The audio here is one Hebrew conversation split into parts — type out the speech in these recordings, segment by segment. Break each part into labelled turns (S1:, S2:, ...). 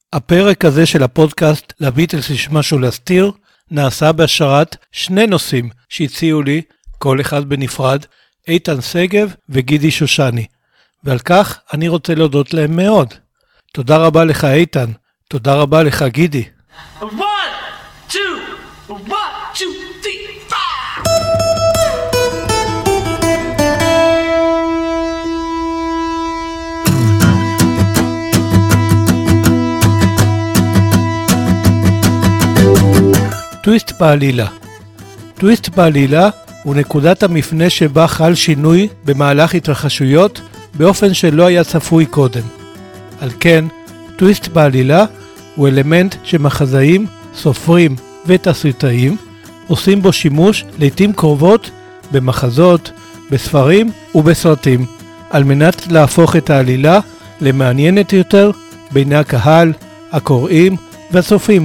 S1: הפרק הזה של הפודקאסט לביטלס יש משהו להסתיר נעשה בהשארת שני נושאים שהציעו לי, כל אחד בנפרד, איתן סגב וגידי שושני, ועל כך אני רוצה להודות להם מאוד. תודה רבה לך איתן, תודה רבה לך גידי.
S2: 1, 2, 1, 2, 3, 4.
S1: טוויסט בעלילה. טוויסט בעלילה הוא נקודת המפנה שבה חל שינוי במהלך התרחשויות באופן שלא היה צפוי קודם. על כן, טוויסט בעלילה הוא אלמנט שמחזאים, סופרים ותסריטאים עושים בו שימוש לעתים קרובות במחזות, בספרים ובסרטים, על מנת להפוך את העלילה למעניינת יותר בעיני הקהל, הקוראים והצופים.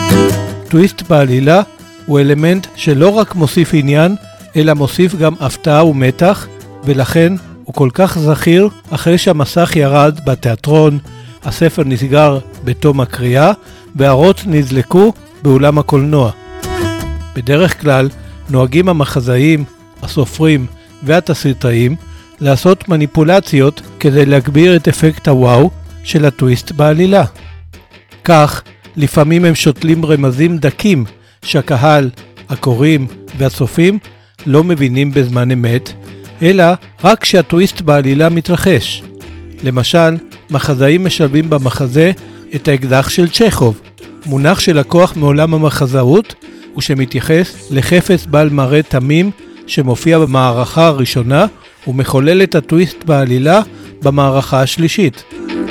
S1: טוויסט בעלילה הוא אלמנט שלא רק מוסיף עניין, אלא מוסיף גם הפתעה ומתח, ולכן הוא כל כך זכיר אחרי שהמסך ירד בתיאטרון, הספר נסגר בתום הקריאה, והאורות נזלקו באולם הקולנוע. בדרך כלל נוהגים המחזאים, הסופרים והתסריטאים לעשות מניפולציות כדי להגביר את אפקט הוואו של הטוויסט בעלילה. כך, לפעמים הם שותלים רמזים דקים שהקהל, הקוראים והצופים לא מבינים בזמן אמת, אלא רק כשהטוויסט בעלילה מתרחש. למשל, מחזאים משלבים במחזה את האקדח של צ'כוב, מונח שלקוח מעולם המחזאות ושמתייחס לחפץ בעל מראה תמים שמופיע במערכה הראשונה ומחולל את הטוויסט בעלילה במערכה השלישית.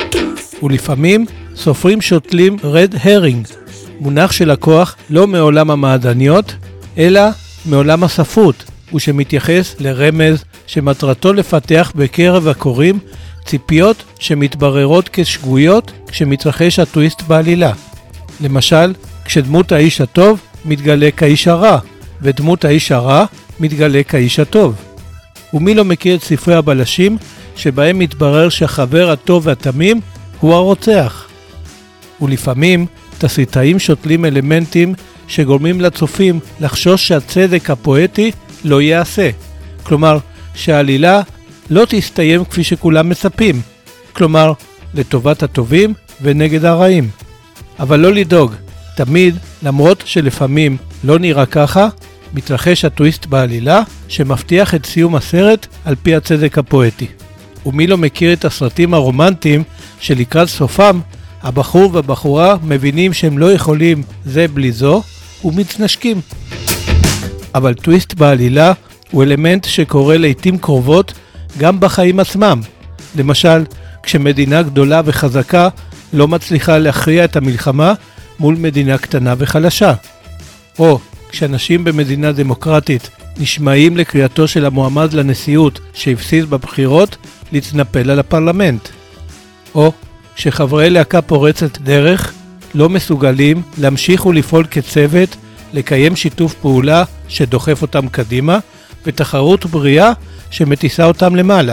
S1: ולפעמים סופרים שותלים רד הרינג, מונח שלקוח לא מעולם המעדניות, אלא מעולם הספרות, ושמתייחס לרמז שמטרתו לפתח בקרב הקוראים ציפיות שמתבררות כשגויות כשמתרחש הטוויסט בעלילה. למשל, כשדמות האיש הטוב מתגלה כאיש הרע, ודמות האיש הרע מתגלה כאיש הטוב. ומי לא מכיר את ספרי הבלשים שבהם מתברר שהחבר הטוב והתמים הוא הרוצח. ולפעמים תסריטאים שותלים אלמנטים שגורמים לצופים לחשוש שהצדק הפואטי לא יעשה. כלומר, שהעלילה לא תסתיים כפי שכולם מצפים. כלומר, לטובת הטובים ונגד הרעים. אבל לא לדאוג, תמיד, למרות שלפעמים לא נראה ככה, מתרחש הטוויסט בעלילה שמבטיח את סיום הסרט על פי הצדק הפואטי. ומי לא מכיר את הסרטים הרומנטיים שלקראת סופם, הבחור והבחורה מבינים שהם לא יכולים זה בלי זו ומתנשקים. אבל טוויסט בעלילה הוא אלמנט שקורה לעתים קרובות גם בחיים עצמם. למשל, כשמדינה גדולה וחזקה לא מצליחה להכריע את המלחמה מול מדינה קטנה וחלשה. או כשאנשים במדינה דמוקרטית נשמעים לקריאתו של המועמד לנשיאות שהפסיד בבחירות להתנפל על הפרלמנט. או כשחברי להקה פורצת דרך לא מסוגלים להמשיך ולפעול כצוות, לקיים שיתוף פעולה שדוחף אותם קדימה, ותחרות בריאה שמטיסה אותם למעלה.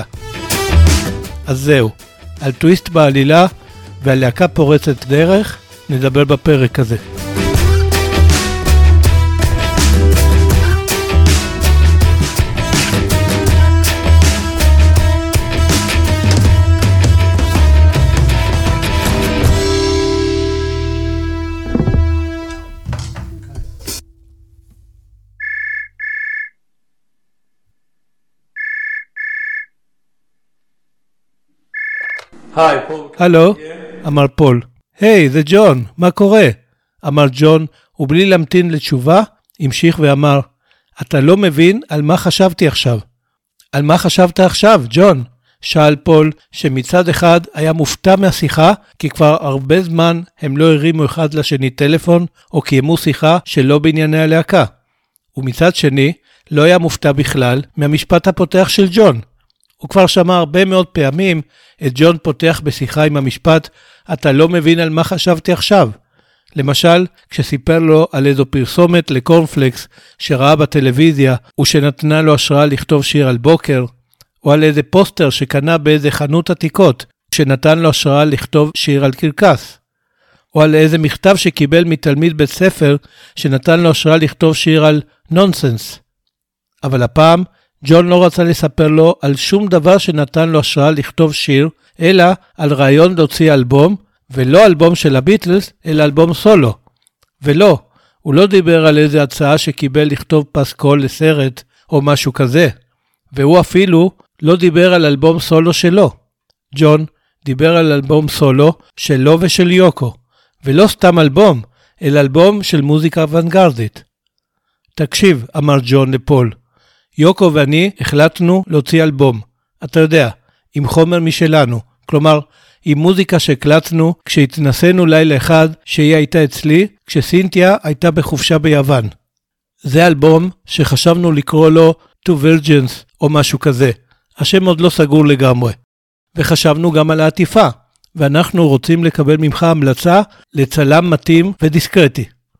S1: אז זהו, על טוויסט בעלילה ועל להקה פורצת דרך נדבר בפרק הזה.
S2: היי, פול.
S1: הלו, אמר פול. היי, זה ג'ון, מה קורה? אמר ג'ון, ובלי להמתין לתשובה, המשיך ואמר, אתה לא מבין על מה חשבתי עכשיו. על מה חשבת עכשיו, ג'ון? שאל פול, שמצד אחד היה מופתע מהשיחה, כי כבר הרבה זמן הם לא הרימו אחד לשני טלפון, או קיימו שיחה שלא בענייני הלהקה. ומצד שני, לא היה מופתע בכלל מהמשפט הפותח של ג'ון. הוא כבר שמע הרבה מאוד פעמים את ג'ון פותח בשיחה עם המשפט, אתה לא מבין על מה חשבתי עכשיו. למשל, כשסיפר לו על איזו פרסומת לקורנפלקס שראה בטלוויזיה ושנתנה לו השראה לכתוב שיר על בוקר, או על איזה פוסטר שקנה באיזה חנות עתיקות שנתן לו השראה לכתוב שיר על קרקס. או על איזה מכתב שקיבל מתלמיד בית ספר שנתן לו השראה לכתוב שיר על נונסנס. אבל הפעם ג'ון לא רצה לספר לו על שום דבר שנתן לו השראה לכתוב שיר, אלא על רעיון להוציא אלבום, ולא אלבום של הביטלס, אלא אלבום סולו. ולא, הוא לא דיבר על איזה הצעה שקיבל לכתוב פסקול לסרט או משהו כזה. והוא אפילו לא דיבר על אלבום סולו שלו. ג'ון דיבר על אלבום סולו שלו ושל יוקו. ולא סתם אלבום, אלא אלבום של מוזיקה אוונגרדית. תקשיב, אמר ג'ון לפול. יוקו ואני החלטנו להוציא אלבום. אתה יודע, עם חומר משלנו. כלומר, עם מוזיקה שהקלטנו כשהתנסינו לילה אחד שהיא הייתה אצלי, כשסינתיה הייתה בחופשה ביוון. זה אלבום שחשבנו לקרוא לו Two Virgins או משהו כזה. השם עוד לא סגור לגמרי. וחשבנו גם על העטיפה, ואנחנו רוצים לקבל ממך המלצה לצלם מתאים ודיסקרטי.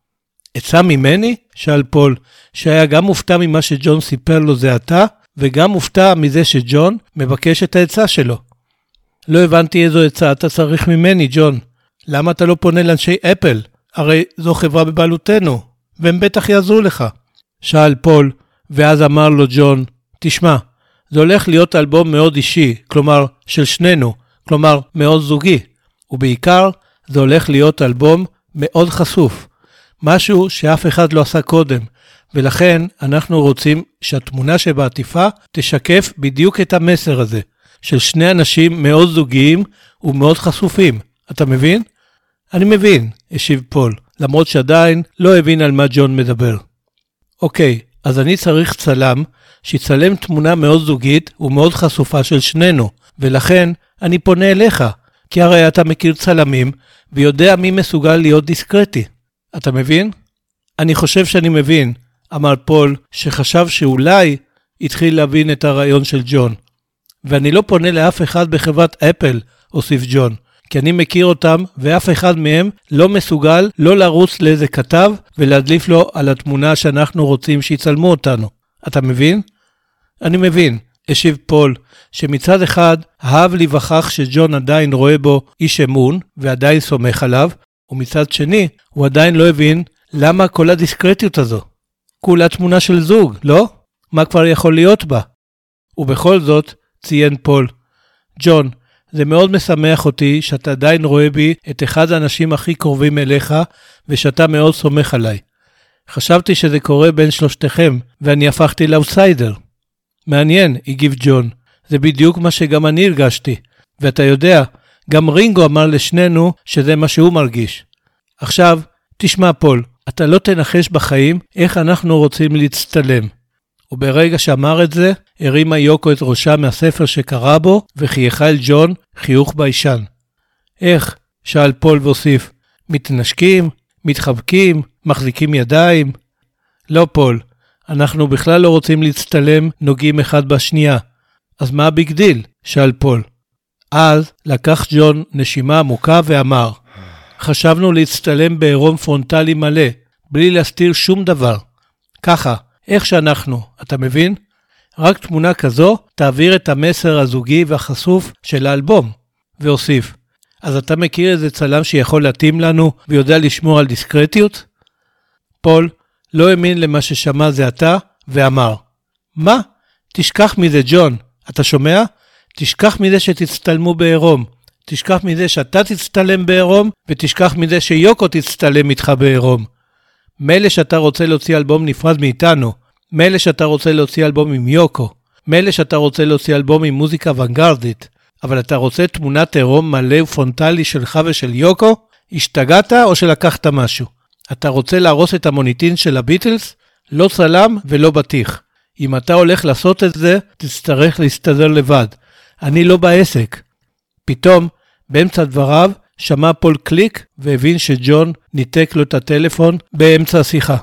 S1: עצה ממני? שאל פול, שהיה גם מופתע ממה שג'ון סיפר לו זה עתה, וגם מופתע מזה שג'ון מבקש את העצה שלו. לא הבנתי איזו עצה אתה צריך ממני, ג'ון. למה אתה לא פונה לאנשי אפל? הרי זו חברה בבעלותנו, והם בטח יעזרו לך. שאל פול, ואז אמר לו ג'ון, תשמע, זה הולך להיות אלבום מאוד אישי, כלומר של שנינו, כלומר מאוד זוגי, ובעיקר זה הולך להיות אלבום מאוד חשוף, משהו שאף אחד לא עשה קודם, ולכן אנחנו רוצים שהתמונה שבעטיפה תשקף בדיוק את המסר הזה, של שני אנשים מאוד זוגיים ומאוד חשופים. אתה מבין? אני מבין, השיב פול, למרות שעדיין לא הבין על מה ג'ון מדבר. אוקיי, אז אני צריך צלם שיצלם תמונה מאוד זוגית ומאוד חשופה של שנינו, ולכן אני פונה אליך, כי הרי אתה מכיר צלמים ויודע מי מסוגל להיות דיסקרטי. אתה מבין? אני חושב שאני מבין, אמר פול, שחשב שאולי התחיל להבין את הרעיון של ג'ון. ואני לא פונה לאף אחד בחברת אפל, הוסיף ג'ון, כי אני מכיר אותם ואף אחד מהם לא מסוגל לא לרוץ לאיזה כתב ולהדליף לו על התמונה שאנחנו רוצים שיצלמו אותנו. אתה מבין? אני מבין, השיב פול, שמצד אחד אהב להיווכח שג'ון עדיין רואה בו איש אמון ועדיין סומך עליו, ומצד שני הוא עדיין לא הבין למה כל הדיסקרטיות הזו. כולה תמונה של זוג, לא? מה כבר יכול להיות בה? ובכל זאת, ציין פול, ג'ון, זה מאוד משמח אותי שאתה עדיין רואה בי את אחד האנשים הכי קרובים אליך ושאתה מאוד סומך עליי. חשבתי שזה קורה בין שלושתכם ואני הפכתי לאוטסיידר. מעניין, הגיב ג'ון, זה בדיוק מה שגם אני הרגשתי. ואתה יודע, גם רינגו אמר לשנינו שזה מה שהוא מרגיש. עכשיו, תשמע פול, אתה לא תנחש בחיים איך אנחנו רוצים להצטלם. וברגע שאמר את זה, הרימה יוקו את ראשה מהספר שקרא בו, וחייכה אל ג'ון חיוך ביישן. איך? שאל פול והוסיף, מתנשקים, מתחבקים, מחזיקים ידיים? לא פול, אנחנו בכלל לא רוצים להצטלם נוגעים אחד בשנייה. אז מה הביג דיל? שאל פול. אז לקח ג'ון נשימה עמוקה ואמר, חשבנו להצטלם בעירום פרונטלי מלא, בלי להסתיר שום דבר. ככה, איך שאנחנו, אתה מבין? רק תמונה כזו תעביר את המסר הזוגי והחשוף של האלבום. והוסיף, אז אתה מכיר איזה צלם שיכול להתאים לנו ויודע לשמור על דיסקרטיות? פול לא האמין למה ששמע זה עתה ואמר, מה? תשכח מזה ג'ון, אתה שומע? תשכח מזה שתצטלמו בעירום. תשכח מזה שאתה תצטלם בעירום ותשכח מזה שיוקו תצטלם איתך בעירום. מילא שאתה רוצה להוציא אלבום נפרד מאיתנו, מילא שאתה רוצה להוציא אלבום עם יוקו, מילא שאתה רוצה להוציא אלבום עם מוזיקה אוונגרדית, אבל אתה רוצה תמונת עירום מלא ופרונטלי שלך ושל יוקו? השתגעת או שלקחת משהו? אתה רוצה להרוס את המוניטין של הביטלס? לא צלם ולא בטיח. אם אתה הולך לעשות את זה, תצטרך להסתדר לבד. אני לא בעסק. פתאום, באמצע דבריו, שמע פול קליק והבין שג'ון ניתק לו את הטלפון באמצע השיחה.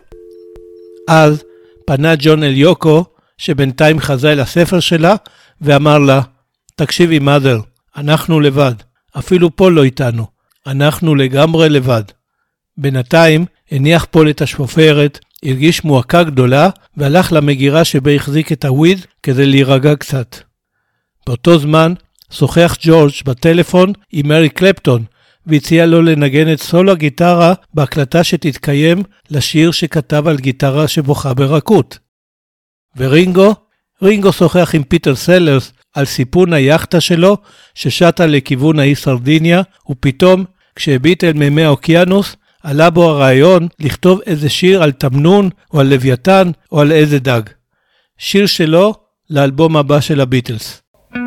S1: אז פנה ג'ון אל יוקו, שבינתיים חזה אל הספר שלה, ואמר לה, תקשיבי מאדר, אנחנו לבד, אפילו פול לא איתנו, אנחנו לגמרי לבד. בינתיים הניח פול את השפופרת, הרגיש מועקה גדולה, והלך למגירה שבה החזיק את הוויד כדי להירגע קצת. באותו זמן שוחח ג'ורג' בטלפון עם מרי קלפטון, והציע לו לנגן את סולו הגיטרה בהקלטה שתתקיים לשיר שכתב על גיטרה שבוכה ברכות. ורינגו שוחח עם פיטר סלרס על סיפון היאכטה שלו ששטה לכיוון האי סרדיניה, ופתאום כשהביט אל מימי האוקיינוס עלה בו הרעיון לכתוב איזה שיר על תמנון או על לוויתן או על איזה דג. שיר שלו לאלבום הבא של הביטלס.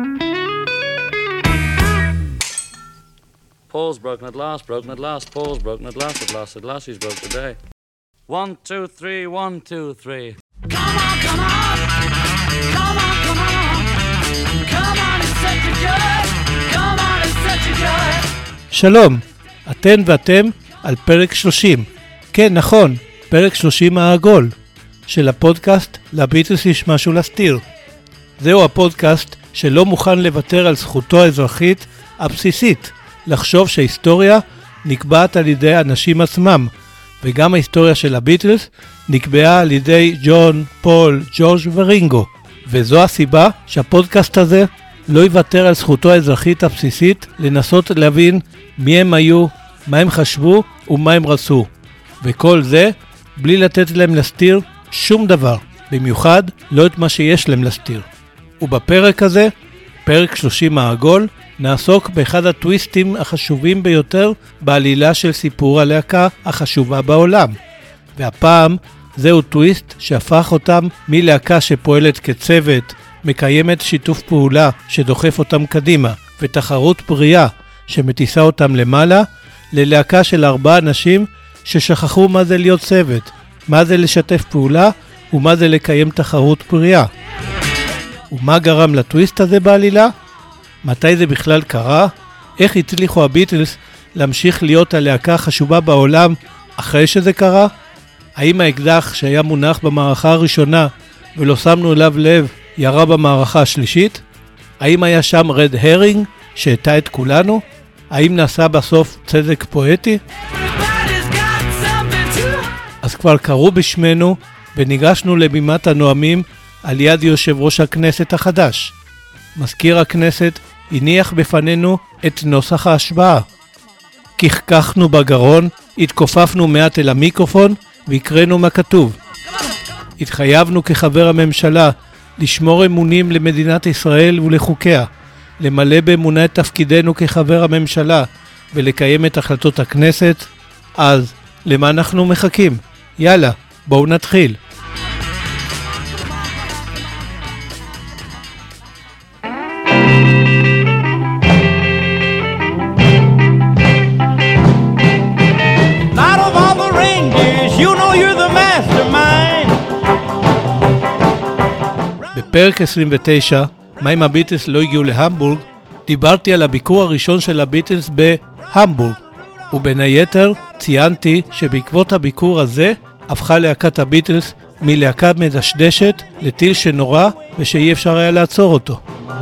S2: Paul's broken at last, Paul's broken at last, at last he's broke today. 1, 2, 3, 1, 2, 3. Come on, come on, come on, come on, come on and set your good, come on and set your good.
S1: שלום, אתן ואתם על פרק 30. כן, נכון, פרק 30 העגול של הפודקאסט לביטלס יש משהו להסתיר. זהו הפודקאסט שלא מוכן לוותר על זכותו האזרחית הבסיסית לחשוב שההיסטוריה נקבעת על ידי אנשים עצמם, וגם ההיסטוריה של הביטלס נקבעה על ידי ג'ון, פול, ג'ורג' ורינגו. וזו הסיבה שהפודקאסט הזה לא יוותר על זכותו האזרחית הבסיסית לנסות להבין מי הם היו, מה הם חשבו ומה הם רצו. וכל זה בלי לתת להם להסתיר שום דבר, במיוחד לא את מה שיש להם להסתיר. ובפרק הזה, פרק 30 העגול, נעסוק באחד הטוויסטים החשובים ביותר בעלילה של סיפור הלהקה החשובה בעולם. והפעם זהו טוויסט שהפך אותם מלהקה שפועלת כצוות, מקיימת שיתוף פעולה שדוחף אותם קדימה, ותחרות בריאה שמטיסה אותם למעלה, ללהקה של 4 אנשים ששכחו מה זה להיות צוות, מה זה לשתף פעולה ומה זה לקיים תחרות בריאה. ומה גרם לטוויסט הזה בעלילה? מתי זה בכלל קרה? איך הצליחו הביטלס להמשיך להיות הלהקה החשובה בעולם אחרי שזה קרה? האם האקדח שהיה מונח במערכה הראשונה ולא שמנו אליו לב ירה במערכה השלישית? האם היה שם רד הרינג שהטע את כולנו? האם נעשה בסוף צדק פואטי? אז כבר קראו בשמנו וניגשנו לבימת הנואמים על יד יושב ראש הכנסת החדש. מזכיר הכנסת הניח בפנינו את נוסח ההשבעה. כחככנו בגרון, התכופפנו מעט אל המיקרופון והקראנו מה כתוב. התחייבנו כחבר הממשלה לשמור אמונים למדינת ישראל ולחוקיה, למלא באמונה את תפקידנו כחבר הממשלה ולקיים את החלטות הכנסת. אז למה אנחנו מחכים? יאללה, בואו נתחיל. בפרק 29, מה אם הביטלס לא הגיעו להמבורג, דיברתי על הביקור הראשון של הביטלס בהמבורג, ובין היתר ציינתי שבעקבות הביקור הזה הפכה להקת הביטלס מלהקה מדשדשת לטיל שנורא ושאי אפשר היה לעצור אותו.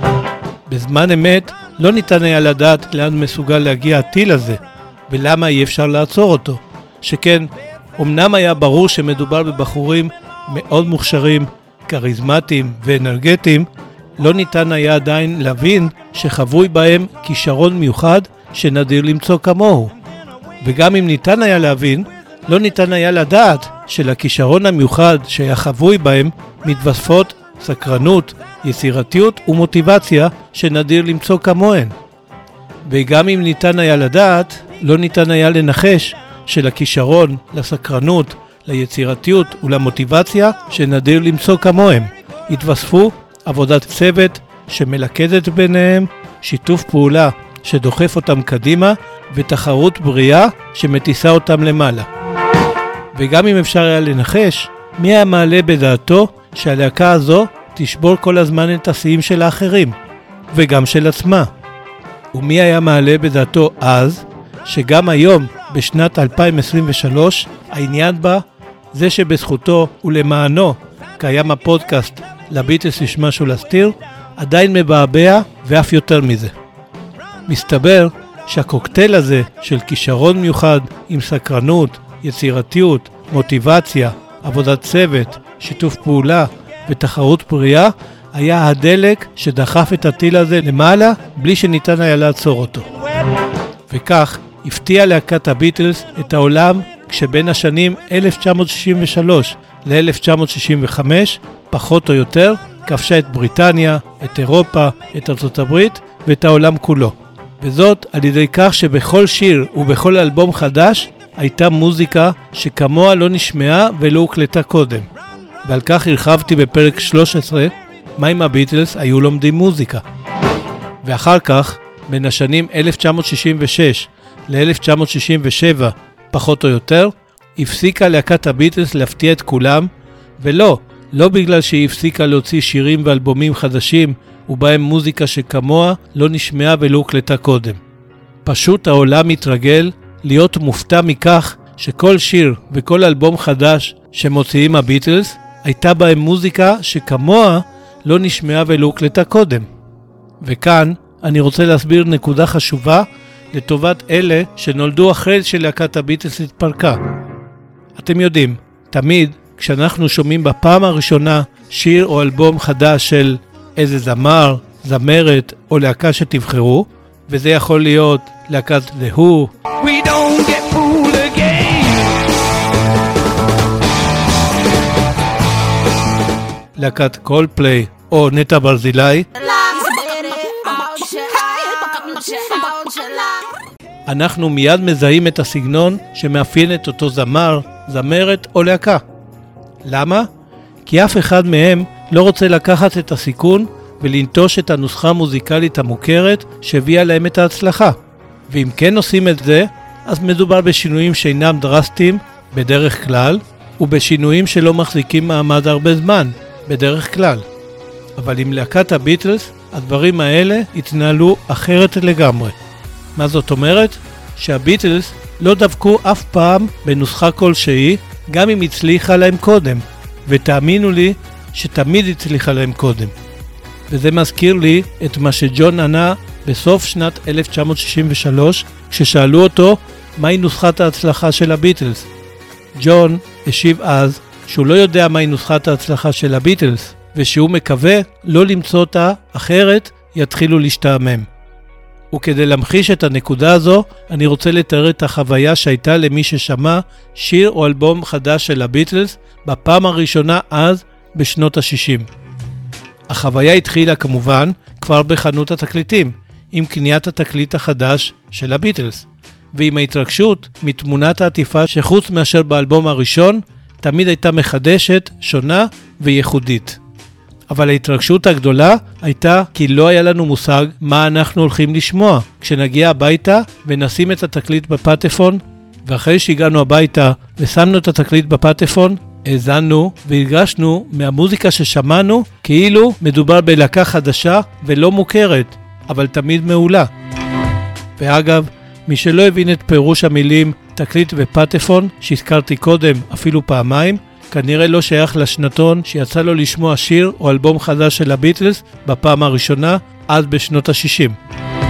S1: בזמן אמת לא ניתן היה לדעת לאן מסוגל להגיע הטיל הזה ולמה אי אפשר לעצור אותו, שכן אמנם היה ברור שמדובר בבחורים מאוד מוכשרים, קריזמטיים ואנרגטיים, לא ניתן היה עדיין להבין שחבוי בהם כישרון מיוחד שנדיר למצוא כמוהו. וגם אם ניתן היה להבין, לא ניתן היה לדעת שלכישרון המיוחד שהיה חבוי בהם מתווספות סקרנות, יצירתיות ומוטיבציה שנדיר למצוא כמוהן. וגם אם ניתן היה לדעת, לא ניתן היה לנחש שלכישרון, לסקרנות, ליצירתיות ולמוטיבציה שנדיר למצוא כמוהם התווספו עבודת צוות שמלכדת ביניהם, שיתוף פעולה שדוחף אותם קדימה ותחרות בריאה שמטיסה אותם למעלה. וגם אם אפשר היה לנחש, מי היה מעלה בדעתו שהלהקה הזו תשבור כל הזמן את השיאים של האחרים וגם של עצמה? ומי היה מעלה בדעתו אז שגם היום בשנת 2023 העניין בה זה שבזכותו ולמענו קיים הפודקאסט לביטלס יש משהו להסתיר, עדיין מבעבע ואף יותר מזה. מסתבר שהקוקטייל הזה של כישרון מיוחד עם סקרנות, יצירתיות, מוטיבציה, עבודת צוות, שיתוף פעולה ותחרות בריאה היה הדלק שדחף את הטיל הזה למעלה בלי שניתן היה לעצור אותו. וכך, הפתיעה להקת הביטלס את העולם כשבין השנים 1963 ל-1965, פחות או יותר, כבשה את בריטניה, את אירופה, את ארצות הברית ואת העולם כולו. וזאת על ידי כך שבכל שיר ובכל אלבום חדש הייתה מוזיקה שכמוה לא נשמעה ולא הוקלטה קודם. ועל כך הרחבתי בפרק 13, מה אם הביטלס היו לומדים מוזיקה. ואחר כך, בין השנים 1966 ל-1967, פחות או יותר, הפסיקה להקת הביטלס להפתיע את כולם, ולא בגלל שהיא הפסיקה להוציא שירים ואלבומים חדשים, ובהם מוזיקה שכמוה לא נשמעה ולא הוקלטה קודם. פשוט העולם מתרגל להיות מופתע מכך שכל שיר וכל אלבום חדש שמוציאים הביטלס, הייתה בהם מוזיקה שכמוה לא נשמעה ולא הוקלטה קודם. וכאן אני רוצה להסביר נקודה חשובה לטובת אלה שנולדו אחרי שלהקת הביטלס התפרקה. אתם יודעים, תמיד כשאנחנו שומעים בפעם הראשונה שיר או אלבום חדש של איזה זמר, זמרת או להקה שתבחרו, וזה יכול להיות להקת The Who, We don't get fooled again, להקת Coldplay או נטע ברזילי, אנחנו מיד מזהים את הסגנון שמאפיין את אותו זמר, זמרת או להקה. למה? כי אף אחד מהם לא רוצה לקחת את הסיכון ולנטוש את הנוסחה המוזיקלית המוכרת שהביאה להם את ההצלחה. ואם כן עושים את זה, אז מדובר בשינויים שאינם דרסטיים בדרך כלל, ובשינויים שלא מחזיקים מעמד הרבה זמן בדרך כלל. אבל עם להקת הביטלס, הדברים האלה התנהלו אחרת לגמרי. מה זאת אומרת? שהביטלס לא דבקו אף פעם בנוסחה כלשהי, גם אם הצליחה להם קודם. ותאמינו לי שתמיד הצליחה להם קודם. וזה מזכיר לי את מה שג'ון ענה בסוף שנת 1963, כששאלו אותו מהי נוסחת ההצלחה של הביטלס. ג'ון השיב אז שהוא לא יודע מהי נוסחת ההצלחה של הביטלס, ושהוא מקווה לא למצוא אותה, אחרת יתחילו להשתעמם. וכדי להמחיש את הנקודה הזו, אני רוצה לתאר את החוויה שהייתה למי ששמע שיר או אלבום חדש של הביטלס בפעם הראשונה אז בשנות ה-60. החוויה התחילה כמובן כבר בחנות התקליטים, עם קניית התקליט החדש של הביטלס, ועם ההתרגשות מתמונת העטיפה שחוץ מאשר באלבום הראשון, תמיד הייתה מחדשת, שונה וייחודית. אבל ההתרגשות הגדולה הייתה כי לא היה לנו מושג מה אנחנו הולכים לשמוע כשנגיע הביתה ונשים את התקליט בפטפון, ואחרי שהגענו הביתה ושמנו את התקליט בפטפון, האזנו והרגשנו מהמוזיקה ששמענו כאילו מדובר בלהקה חדשה ולא מוכרת, אבל תמיד מעולה. ואגב, מי שלא הבין את פירוש המילים תקליט ופטפון שהזכרתי קודם אפילו פעמיים, כנראה לא שייך לשנתון שיצא לו לשמוע שיר או אלבום חדש של הביטלס בפעם הראשונה, אז בשנות ה-60.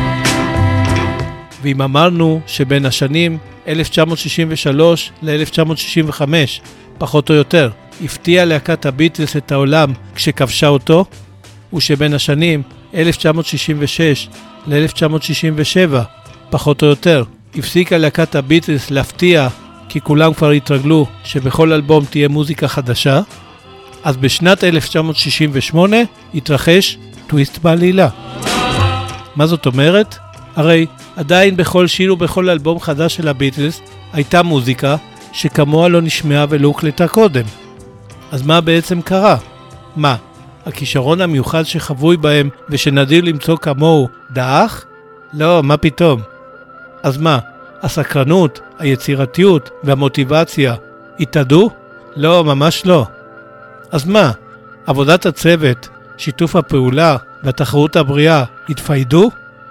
S1: ואם אמרנו שבין השנים 1963 ל-1965, פחות או יותר, הפתיעה להקת הביטלס את העולם כשכבשה אותו, ושבין השנים 1966 ל-1967, פחות או יותר, הפסיקה להקת הביטלס להפתיע כי כולם כבר התרגלו שבכל אלבום תהיה מוזיקה חדשה, אז בשנת 1968 התרחש טוויסט בעלילה. מה זאת אומרת? הרי עדיין בכל שיר ובכל אלבום חדש של הביטלס הייתה מוזיקה שכמוה לא נשמעה ולא הוקלטה קודם. אז מה בעצם קרה? מה? הכישרון המיוחד שחבוי בהם ושנדיר למצוא כמוהו דאח? לא, מה פתאום? אז מה? הסקרנות, היצירתיות והמוטיבציה התאדו? לא, ממש לא. אז מה? עבודת הצוות, שיתוף הפעולה והתחרות הבריאה התפיידו?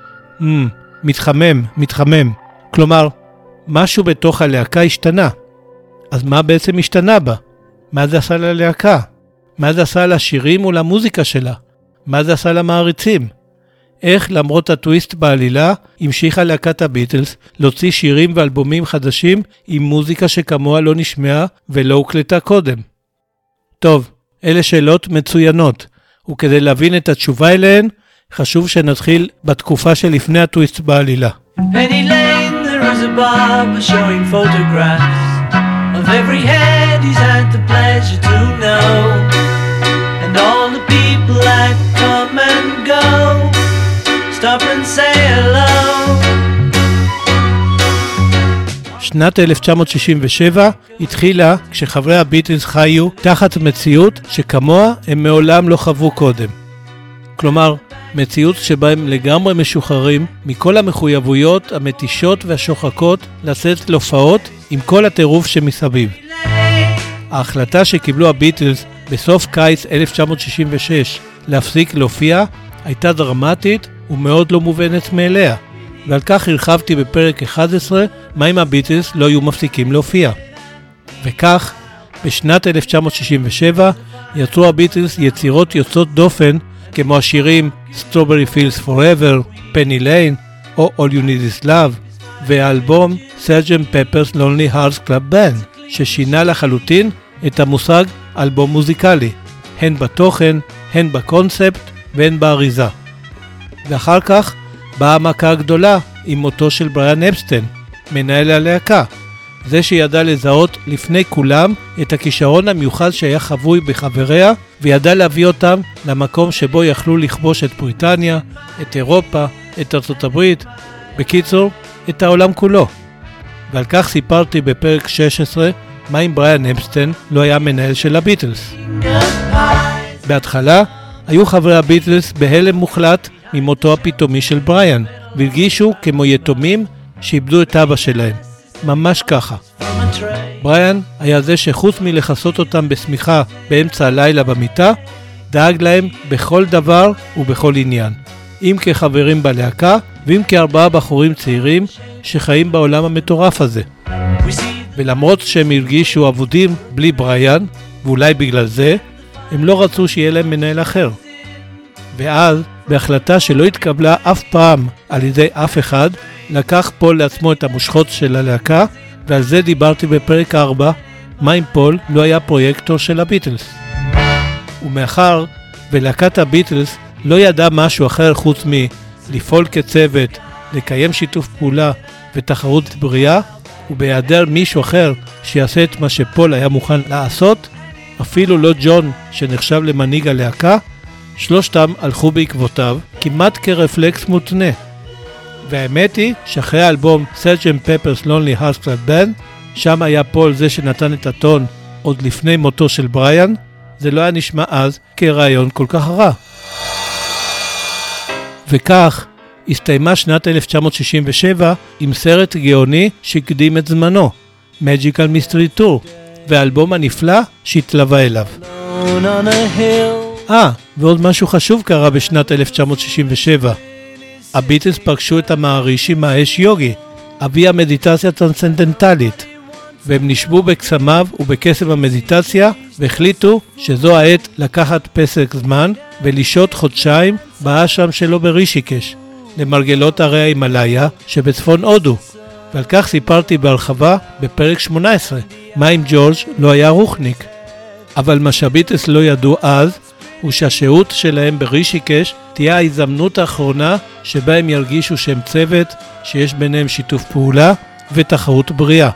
S1: מתחמם. כלומר, משהו בתוך הלהקה השתנה. אז מה בעצם השתנה בה? מה זה עשה ללהקה? מה זה עשה לשירים ולמוזיקה שלה? מה זה עשה למעריצים? איך למרות הטוויסט בעלילה המשיכה להקת הביטלס להוציא שירים ואלבומים חדשים עם מוזיקה שכמוה לא נשמעה ולא הוקלטה קודם? טוב, אלה שאלות מצוינות, וכדי להבין את התשובה אליהן, חשוב שנתחיל בתקופה שלפני הטוויסט בעלילה. Penny Lane, the
S3: was a barber showing photographs of every head he's had the pleasure to know, and all the people that come and go stop and say hello.
S1: שנת 1967 התחילה כשחברי הביטלס חיו תחת מציאות שכמוה הם מעולם לא חוו קודם. כלומר, מציאות שבה הם לגמרי משוחררים מכל המחויבויות המתישות והשוחקות לצאת להופעות עם כל הטירוף שמסביב. ההחלטה שקיבלו הביטלס בסוף קיץ 1966 להפסיק להופיע הייתה דרמטית ומאוד לא מובנת מאליה, ועל כך הרחבתי בפרק 11 מה אם הביטלס לא היו מפסיקים להופיע. וכך, בשנת 1967 יצרו הביטלס יצירות יוצאות דופן כמו השירים Strawberry Fields Forever, Penny Lane או All You Need Is Love, והאלבום Sgt. Pepper's Lonely Hearts Club Band, ששינה לחלוטין את המושג אלבום מוזיקלי, הן בתוכן, הן בקונספט והן באריזה. ואחר כך באה המכה הגדולה עם מותו של בריאן אפסטיין, מנהל הלהקה, זה שידע לזהות לפני כולם את הכישרון המיוחד שהיה חבוי בחבריה, וידע להביא אותם למקום שבו יכלו לכבוש את בריטניה, את אירופה, את ארצות הברית, בקיצור, את העולם כולו. ועל כך סיפרתי בפרק 16 מה אם בריאן אפסטיין לא היה מנהל של הביטלס. בהתחלה היו חברי הביטלס בהלם מוחלט ממותו הפתאומי של בריאן, והרגישו כמו יתומים שאיבדו את אבא שלהם. ממש ככה. בריאן היה זה שחוץ מלחסות אותם בשמיכה באמצע הלילה במיטה, דאג להם בכל דבר ובכל עניין. אם כחברים בלהקה, ואם כארבעה בחורים צעירים שחיים בעולם המטורף הזה. ולמרות שהם הרגישו אבודים בלי בריאן, ואולי בגלל זה, הם לא רצו שיהיה להם מנהל אחר. ואז, בהחלטה שלא התקבלה אף פעם על ידי אף אחד, לקח פול לעצמו את המושכות של הלהקה, ועל זה דיברתי בפרק 4, מה אם פול לא היה פרויקטור של הביטלס. ומאחר ולהקת הביטלס לא ידע משהו אחר חוץ מלפעול כצוות, לקיים שיתוף פעולה ותחרות בריאה, ובהיעדר מישהו אחר שיעשה את מה שפול היה מוכן לעשות, אפילו לא ג'ון שנחשב למנהיג הלהקה, שלושתם הלכו בעקבותיו כמעט כרפלקס מותנה. והאמת היא שאחרי האלבום Sgt. Pepper's Lonely Hearts Club Band, שם היה פול זה שנתן את הטון עוד לפני מותו של בריאן, זה לא היה נשמע אז כרעיון כל כך רע. וכך הסתיימה שנת 1967 עם סרט גאוני שהקדים את זמנו, Magical Mystery Tour, והאלבום הנפלא שהתלווה אליו. ועוד משהו חשוב קרה בשנת 1967. הביטלס פגשו את המערישי מהאש יוגי, אבי המדיטציה טרנסצנדנטלית, והם נשבו בקסמיו ובקסם המדיטציה, והחליטו שזו העת לקחת פסק זמן ולשהות חודשיים באשרם שלו ברישיקש, למרגלות הרי ההימאליה שבצפון הודו, ועל כך סיפרתי בהרחבה בפרק 18, מה אם ג'ורג' לא היה רוחניק. אבל מה שהביטלס לא ידעו אז, הוא שהשהות שלהם ברישיקש תהיה ההזדמנות האחרונה שבה הם ירגישו שהם צוות, שיש ביניהם שיתוף פעולה ותחרות בריאה.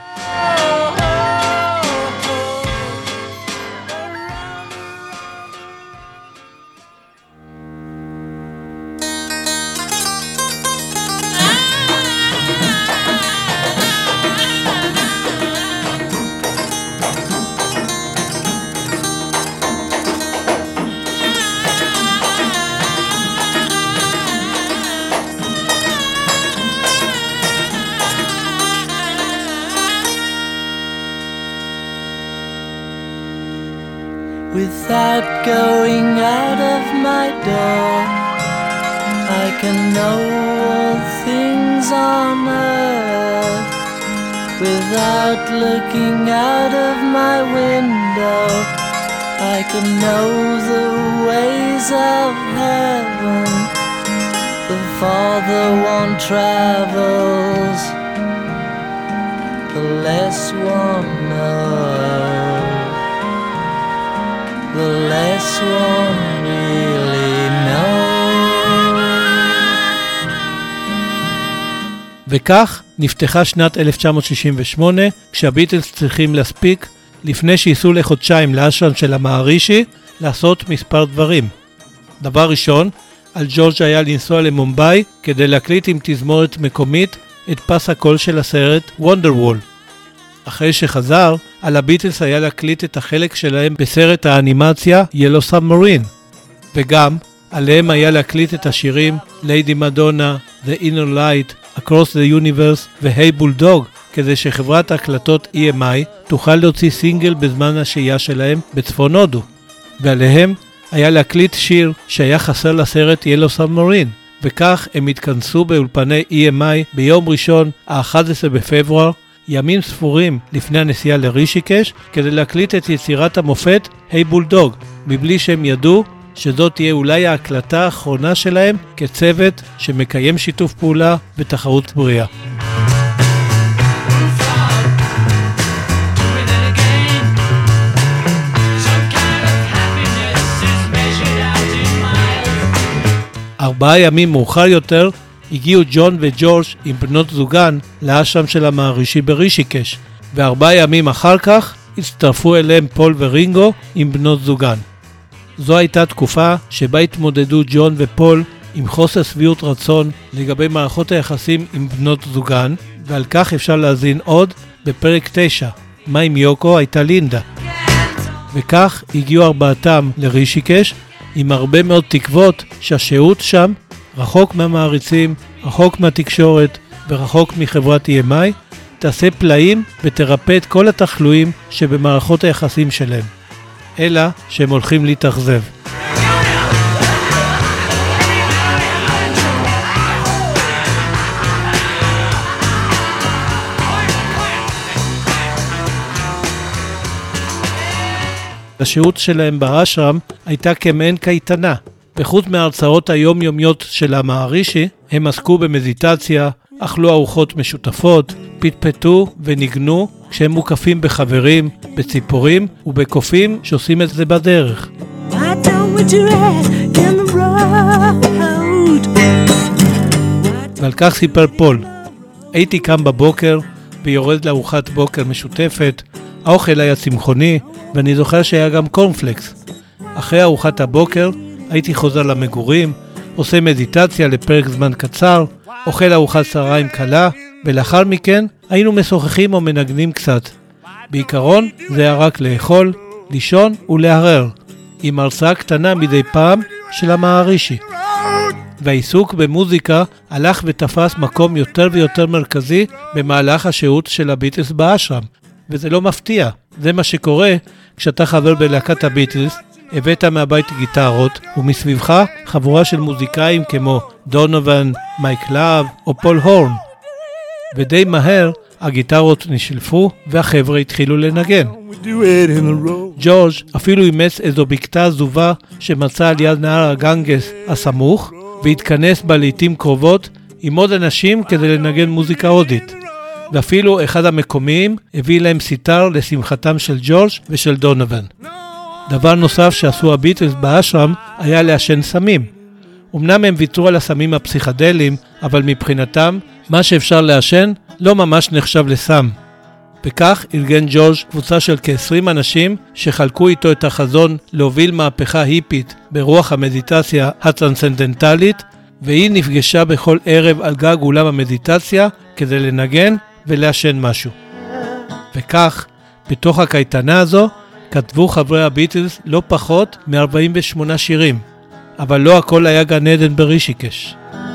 S3: Without going out of my door, I can know all things on earth. Without looking out of my window, I can know the ways of heaven. The farther one travels, the less one knows. The less one really knows.
S1: וכך נפתחה שנת 1968, כשהביטלס צריכים להספיק, לפני שייסעו לחודשיים לאשרם של המערישי, לעשות מספר דברים. דבר ראשון, על ג'ורג' היה לנסוע למומביי כדי להקליט עם תזמורת מקומית את פס הקול של הסרט וונדרוול. אחרי שחזר, על הביטלס היה להקליט את החלק שלהם בסרט האנימציה Yellow Submarine, וגם עליהם היה להקליט את השירים Lady Madonna, The Inner Light, Across the Universe ו-Hey Bulldog, כדי שחברת ההקלטות EMI תוכל להוציא סינגל בזמן השהייה שלהם בצפון הודו. ועליהם היה להקליט שיר שהיה חסר לסרט Yellow Submarine, וכך הם התכנסו באולפני EMI ביום ראשון, ה-11 בפברואר, ימים ספורים לפני הנסיעה לרישיקש, כדי להקליט את יצירת המופת Hey Bulldog, מבלי שהם ידעו שזאת תהיה אולי ההקלטה האחרונה שלהם כצוות שמקיים שיתוף פעולה ותחרות בריאה. ארבעה ימים מאוחר יותר הגיעו ג'ון וג'ורג' עם בנות זוגן לאשרם של המערישי ברישיקש, ו4 ימים אחר כך הצטרפו אליהם פול ורינגו עם בנות זוגן. זו הייתה תקופה שבה התמודדו ג'ון ופול עם חוסר שביעות רצון לגבי מערכות היחסים עם בנות זוגן, ועל כך אפשר להזין עוד בפרק 9, מה עם יוקו הייתה לינדה. וכך הגיעו ארבעתם לרישיקש עם הרבה מאוד תקוות שהשהות שם, רחוק מהמעריצים, רחוק מהתקשורת ורחוק מחברת EMI, תעשה פלאים ותרפא את כל התחלואים שבמערכות היחסים שלהם. אלא שהם הולכים להתאכזב. השהות שלהם באשרם הייתה כמעין קייטנה. בחוץ מההרצאות היומיומיות של המערישי, הם עסקו במדיטציה, אכלו ארוחות משותפות, פטפטו וניגנו כשהם מוקפים בחברים, בציפורים ובקופים שעושים את זה בדרך. ועל כך סיפר פול, הייתי קם בבוקר ויורד לארוחת בוקר משותפת, האוכל היה צמחוני ואני זוכר שהיה גם קורנפלקס. אחרי ארוחת הבוקר הייתי חוזר למגורים, עושה מדיטציה לפרק זמן קצר, אוכל ארוחת צהריים קלה, ולאחר מכן היינו משוחחים או מנגנים קצת. בעיקרון זה היה רק לאכול, לישון ולהרהר, עם הרצאה קטנה מדי פעם של המערישי. והעיסוק במוזיקה הלך ותפס מקום יותר ויותר מרכזי במהלך השהות של הביטלס באשרם. וזה לא מפתיע, זה מה שקורה כשאתה חבר בלהקת הביטלס, הבאת מהבית גיטרות, ומסביבך חבורה של מוזיקאים כמו דונובן, מייק לאב או פול הורן. ודי מהר הגיטרות נשלפו והחבר'ה התחילו לנגן. ג'ורג' אפילו אימץ איזו בקתה עזובה שמצא על יד נהר הגנגס הסמוך, והתכנס בה לעתים קרובות עם עוד אנשים כדי לנגן מוזיקה הודית. ואפילו אחד המקומיים הביא להם סיטר לשמחתם של ג'ורג' ושל דונובן. דבר נוסף שעשו הביטלס באשרם היה לעשן סמים. אמנם הם ויתרו על הסמים הפסיכדליים, אבל מבחינתם, מה שאפשר לעשן לא ממש נחשב לסם. וכך ארגן ג'ורג' קבוצה של כ-20 אנשים שחלקו איתו את החזון להוביל מהפכה היפית ברוח המדיטציה הטרנסצנדנטלית, והיא נפגשה בכל ערב על גג אולם המדיטציה כדי לנגן ולעשן משהו. וכך, בתוך הקייטנה הזו, כתבו חברי הביטלס לא פחות מ-48 שירים, אבל לא הכל היה גן עדן ברישיקש.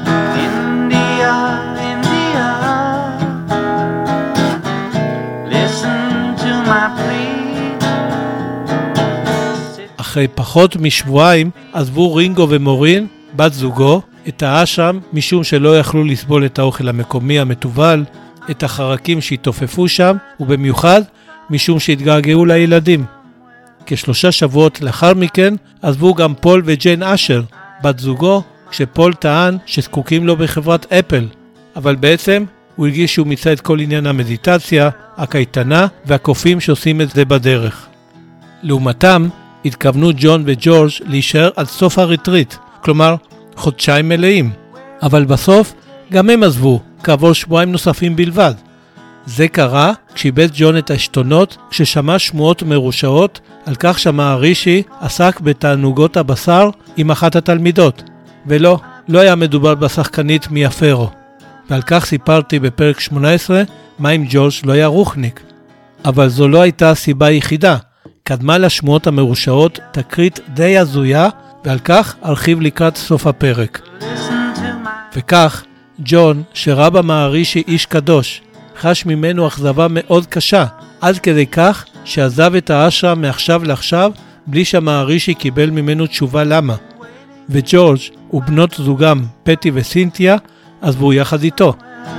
S1: אחרי פחות משבועיים עזבו רינגו ומורין, בת זוגו, את האשרם משום שלא יכלו לסבול את האוכל המקומי המטובל, את החרקים שהתעופפו שם, ובמיוחד משום שהתגעגעו לילדים. כ3 שבועות לאחר מכן עזבו גם פול וג'יין אשר, בת זוגו, כשפול טען שזקוקים לו בחברת אפל, אבל בעצם הוא הרגיש שהוא מיצה את כל עניין המדיטציה, הקייטנה והקופים שעושים את זה בדרך. לעומתם, התכוונו ג'ון וג'ורג' להישאר עד סוף הריטריט, כלומר חודשיים מלאים. אבל בסוף גם הם עזבו כעבור שבועיים נוספים בלבד. זה קרה כשאיבד ג'ון את העשתונות כששמע שמועות מרושעות על כך שהמערישי עסק בתענוגות הבשר עם אחת התלמידות, ולא היה מדובר בשחקנית מיאפרו. ועל כך סיפרתי בפרק 18 מה אם ג'ורג' לא היה רוחניק. אבל זו לא הייתה הסיבה היחידה. קדמה לשמועות המרושעות תקרית די הזויה, ועל כך ארחיב לקראת סוף הפרק. וכך, ג'ון, שראה במערישי איש קדוש, חש ממנו אכזבה מאוד קשה, עד כדי כך שעזב את האשרם מעכשיו לעכשיו, בלי שהמערישי קיבל ממנו תשובה למה. וג'ורג' ובנות זוגם, פטי וסינתיה, עזבו יחד איתו.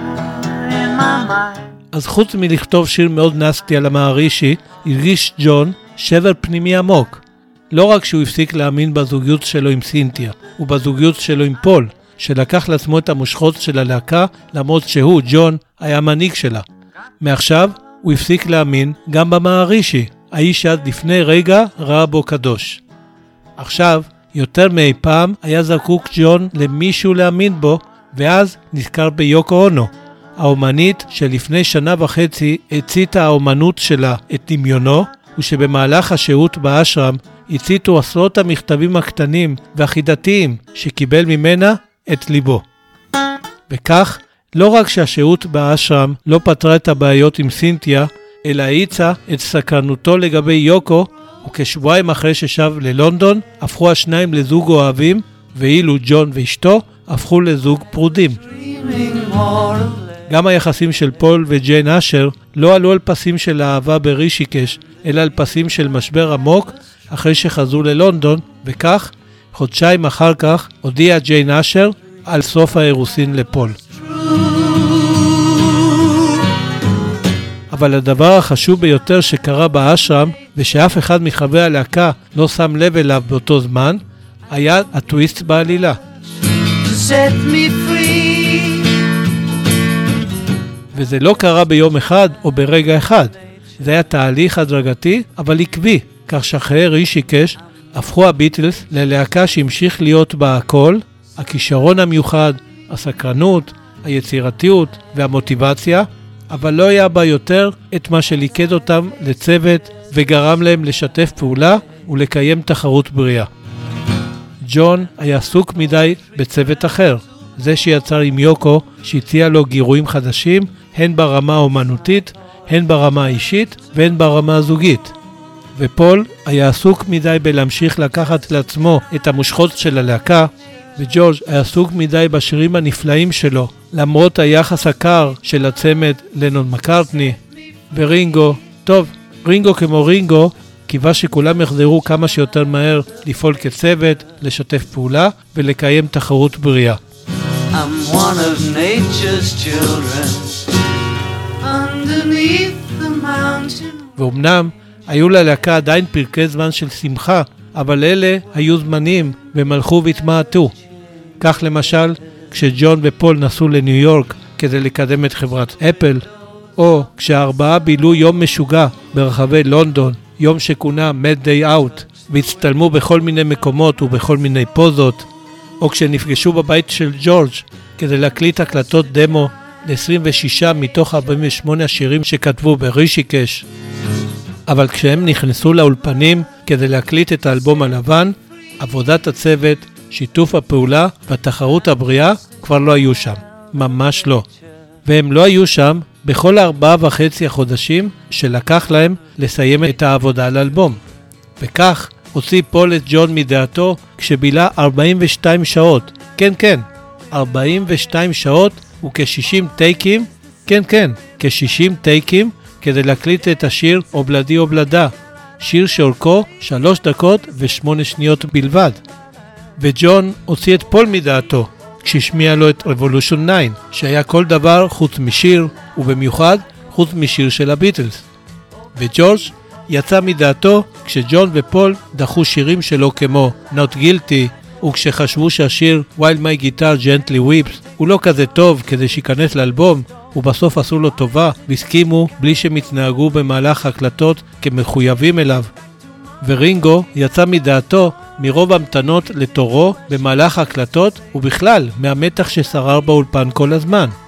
S1: אז חוץ מלכתוב שיר מאוד נסטי על המערישי, הרגיש ג'ון שבר פנימי עמוק. לא רק שהוא הפסיק להאמין בזוגיות שלו עם סינתיה, ובזוגיות שלו עם פול, שלקח לעצמו את המושכות של הלהקה, למרות שהוא, ג'ון, היה מנהיג שלה. מעכשיו הוא הפסיק להאמין גם במערישי, האיש שעד לפני רגע ראה בו קדוש. עכשיו, יותר מאי פעם, היה זקוק ג'ון למישהו להאמין בו, ואז נזכר ביוקו אונו, האומנית שלפני שנה וחצי הציתה האומנות שלה את דמיונו, ושבמהלך השהות באשרם הציתו עשרות המכתבים הקטנים והחידתיים שקיבל ממנה את ליבו. וכך, לא רק שהשהות באשרם לא פתרה את הבעיות עם סינתיה, אלא האיצה את סקרנותו לגבי יוקו, וכשבועיים אחרי ששב ללונדון, הפכו השניים לזוג אוהבים, ואילו ג'ון ואשתו הפכו לזוג פרודים. גם היחסים של פול וג'יין אשר לא עלו על פסים של אהבה ברישיקש, אלא על פסים של משבר עמוק אחרי שחזרו ללונדון, וכך, חודשיים אחר כך, הודיעה ג'יין אשר על סוף האירוסין לפול. אבל הדבר החשוב ביותר שקרה באשרם, ושאף אחד מחברי הלהקה לא שם לב אליו באותו זמן, היה הטוויסט בעלילה. וזה לא קרה ביום אחד או ברגע אחד. זה היה תהליך הדרגתי, אבל עקבי, כך שאחרי רישיקש הפכו הביטלס ללהקה שהמשיך להיות בה הכל, הכישרון המיוחד, הסקרנות, היצירתיות והמוטיבציה, אבל לא היה בה יותר את מה שליקד אותם לצוות וגרם להם לשתף פעולה ולקיים תחרות בריאה. ג'ון היה עסוק מדי בצוות אחר, זה שיצר עם יוקו שהציע לו גירויים חדשים, הן ברמה האומנותית, הן ברמה האישית והן ברמה הזוגית. ופול היה עסוק מדי בלהמשיך לקחת לעצמו את המושכות של הלהקה, וג'ורג' היה עסוק מדי בשירים הנפלאים שלו, למרות היחס הקר של הצמד לנון מקארטני. ורינגו, טוב, רינגו כמו רינגו, קיווה שכולם יחזרו כמה שיותר מהר לפעול כצוות, לשתף פעולה ולקיים תחרות בריאה.
S3: I'm one of nature's children underneath the mountain.
S1: ואומנם היו ללהקה עדיין פרקי זמן של שמחה, אבל אלה היו זמנים והם הלכו והתמעטו. כך למשל, כשג'ון ופול נסעו לניו יורק כדי לקדם את חברת אפל, או כשהארבעה בילו יום משוגע ברחבי לונדון, יום שכונה Mad Day Out, והצטלמו בכל מיני מקומות ובכל מיני פוזות, או כשנפגשו בבית של ג'ורג' כדי להקליט הקלטות דמו ל-26 מתוך 48 השירים שכתבו ברישיקש. אבל כשהם נכנסו לאולפנים כדי להקליט את האלבום הלבן, עבודת הצוות, שיתוף הפעולה והתחרות הבריאה כבר לא היו שם. ממש לא. והם לא היו שם בכל 4.5 החודשים שלקח להם לסיים את העבודה על האלבום. וכך הוציא פול את ג'ון מדעתו כשבילה 42 שעות. כן, 42 שעות וכ-60 טייקים, כ-60 טייקים כדי להקליט את השיר אובלדי אובלדה, שיר שאורכו 3 דקות ו8 שניות בלבד. וג'ון הוציא את פול מדעתו כשהשמיע לו את Revolution 9, שהיה כל דבר חוץ משיר, ובמיוחד חוץ משיר של הביטלס. וג'ורג' יצא מדעתו כשג'ון ופול דחו שירים שלו כמו Not Guilty, וכשחשבו שהשיר While My Guitar Gently Weeps הוא לא כזה טוב כדי שיכנס לאלבום, ובסוף עשו לו טובה והסכימו בלי שהם התנהגו במהלך ההקלטות כמחויבים אליו. ורינגו יצא מדעתו מרוב המתנות לתורו במהלך ההקלטות ובכלל מהמתח ששרר באולפן כל הזמן.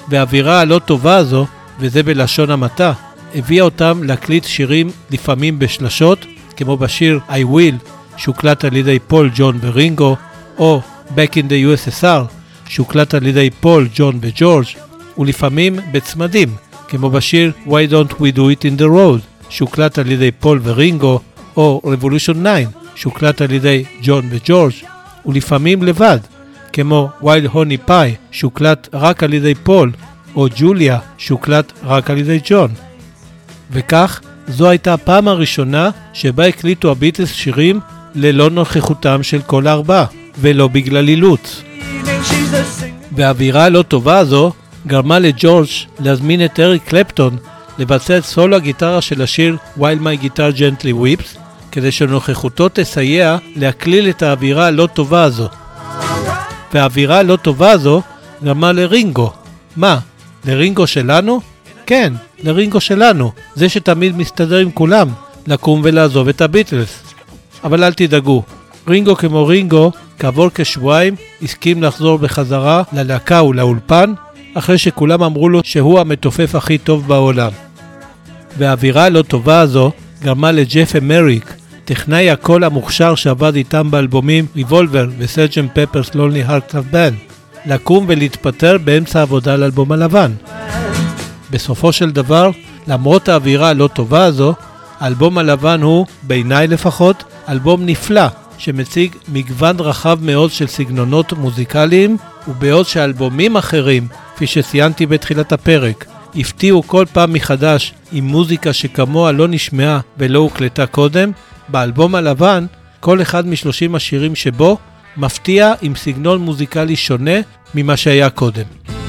S1: והאווירה הלא טובה הזו, וזה בלשון המעטה, הביאה אותם להקליט שירים לפעמים בשלשות, כמו בשיר I Will, שהוקלט על ידי פול, ג'ון ורינגו, או Back in the USSR, שהוקלט על ידי פול, ג'ון וג'ורג', ולפעמים בצמדים, כמו בשיר Why Don't We Do It in the Road, שהוקלט על ידי פול ורינגו, או Revolution 9, שהוקלט על ידי ג'ון וג'ורג', ולפעמים לבד, כמו Wild Honey Pie, שהוקלט רק על ידי פול, או ג'וליה, שהוקלט רק על ידי ג'ון. וכך, זו הייתה הפעם הראשונה שבה הקליטו הביטלס שירים ללא נוכחותם של כל הארבעה, ולא בגלל אילוץ. והאווירה הלא טובה הזו גרמה לג'ורג' להזמין את אריק קלפטון לבצע את סולו הגיטרה של השיר While My Guitar Gently Weeps, כדי שנוכחותו תסייע להקליל את האווירה הלא טובה הזו. והאווירה הלא טובה הזו גרמה לרינגו. מה? לרינגו שלנו? כן, לרינגו שלנו, זה שתמיד מסתדר עם כולם, לקום ולעזוב את הביטלס. אבל אל תדאגו, רינגו כמו רינגו, כעבור כשבועיים הסכים לחזור בחזרה ללהקה ולאולפן, אחרי שכולם אמרו לו שהוא המתופף הכי טוב בעולם. והאווירה הלא טובה הזו גרמה לג'ף אמריק, טכנאי הקול המוכשר שעבד איתם באלבומים ריבולבר וסרג'נט פפרס לונלי הארטס אוף בנד, לקום ולהתפטר באמצע העבודה על אלבום הלבן. בסופו של דבר, למרות האווירה הלא טובה הזו, האלבום הלבן הוא, בעיניי לפחות, אלבום נפלא, שמציג מגוון רחב מאוד של סגנונות מוזיקליים, ובעוד שאלבומים אחרים, כפי שציינתי בתחילת הפרק, הפתיעו כל פעם מחדש עם מוזיקה שכמוה לא נשמעה ולא הוקלטה קודם, באלבום הלבן, כל אחד מ30 השירים שבו מפתיע עם סגנון מוזיקלי שונה ממה שהיה קודם.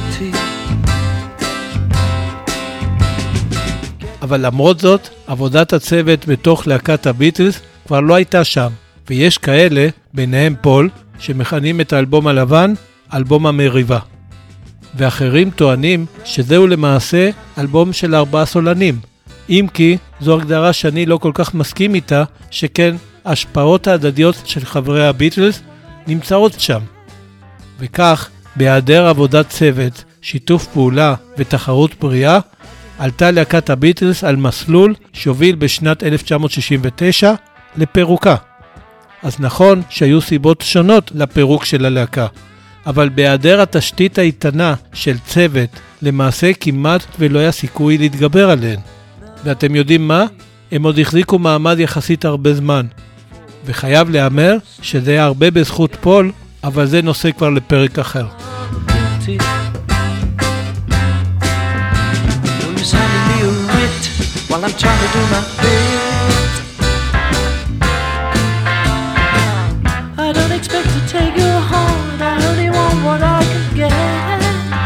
S1: אבל למרות זאת, עבודת הצוות בתוך להקת הביטלס כבר לא הייתה שם, ויש כאלה, ביניהם פול, שמכנים את האלבום הלבן אלבום המריבה. ואחרים טוענים שזהו למעשה אלבום של 4 סולנים, אם כי זו הגדרה שאני לא כל כך מסכים איתה, שכן ההשפעות ההדדיות של חברי הביטלס נמצאות שם. וכך, בהיעדר עבודת צוות, שיתוף פעולה ותחרות בריאה, עלתה להקת הביטלס על מסלול שהוביל בשנת 1969 לפירוקה. אז נכון שהיו סיבות שונות לפירוק של הלהקה, אבל בהיעדר התשתית האיתנה של צוות, למעשה כמעט ולא היה סיכוי להתגבר עליהן. ואתם יודעים מה? הם עוד החזיקו מעמד יחסית הרבה זמן. וחייב לאמר שזה היה הרבה בזכות פול, אבל זה נושא כבר לפרק אחר. While I'm trying to do my best, I don't expect to take your heart, I only want what I can get.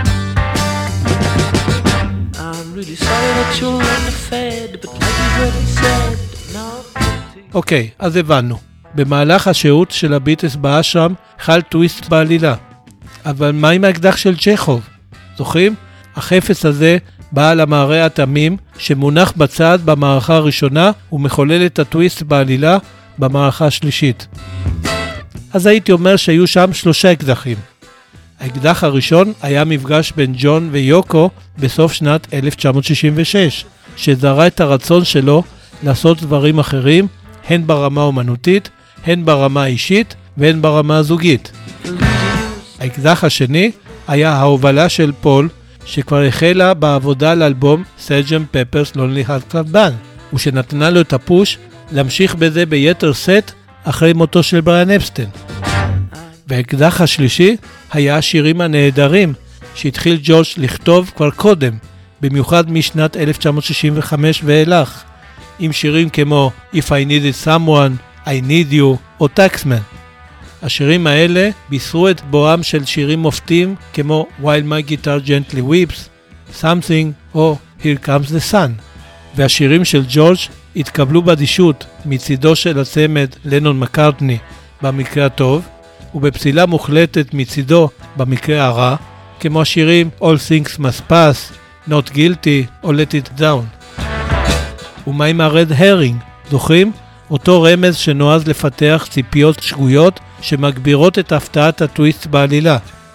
S1: I'm really sorry that you're underfed, but like you've already said, no. אוקיי, אז הבנו. במהלך השהות של הביטלס באשרם חל טוויסט בעלילה. אבל מה עם האקדח של צ'כוב? זוכרים? החפץ הזה בעל המערה התמים שמונח בצד במערכה הראשונה ומחולל את הטוויסט בעלילה במערכה השלישית. אז הייתי אומר שהיו שם 3 אקדחים. האקדח הראשון היה מפגש בין ג'ון ויוקו בסוף שנת 1966, שזרה את הרצון שלו לעשות דברים אחרים, הן ברמה אומנותית, הן ברמה האישית והן ברמה הזוגית. האקדח השני היה ההובלה של פול, שכבר החלה בעבודה על אלבום סרג'נט פפרס לונלי הארטס אוף בנד, ושנתנה לו את הפוש להמשיך בזה ביתר סט אחרי מותו של בריאן אפסטיין. והאקדח השלישי היה השירים הנהדרים שהתחיל ג'ורג' לכתוב כבר קודם, במיוחד משנת 1965 ואילך, עם שירים כמו If I Needed Someone, I Need You או Taxman. השירים האלה בישרו את בואם של שירים מופתים כמו While My Guitar Gently Weeps, Something או Here Comes the Sun. והשירים של ג'ורג' התקבלו באדישות מצידו של הצמד לנון מקארטני במקרה הטוב, ובפסילה מוחלטת מצידו במקרה הרע, כמו השירים All Things Must Pass, Not Guilty או Let It Down. ומה עם הרד הרינג? זוכרים? אותו רמז שנועז לפתח ציפיות שגויות שמגבירות את הפתעת הטוויסט בעלילה.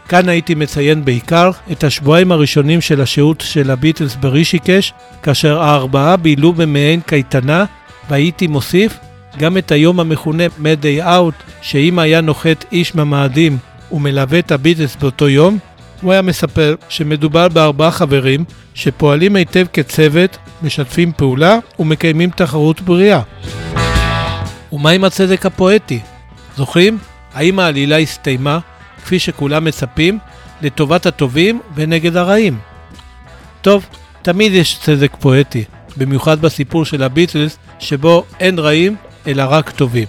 S1: כאן הייתי מציין בעיקר את השבועיים הראשונים של השהות של הביטלס ברישיקש, כאשר הארבעה בילו במעין קייטנה, והייתי מוסיף גם את היום המכונה Mad Day Out, שאם היה נוחת איש ממאדים ומלווה את הביטלס באותו יום, הוא היה מספר שמדובר בארבעה חברים שפועלים היטב כצוות, משתפים פעולה ומקיימים תחרות בריאה. ומה עם הצדק הפואטי? זוכרים? האם העלילה הסתיימה, כפי שכולם מצפים, לטובת הטובים ונגד הרעים? טוב, תמיד יש צדק פואטי, במיוחד בסיפור של הביטלס, שבו אין רעים אלא רק טובים.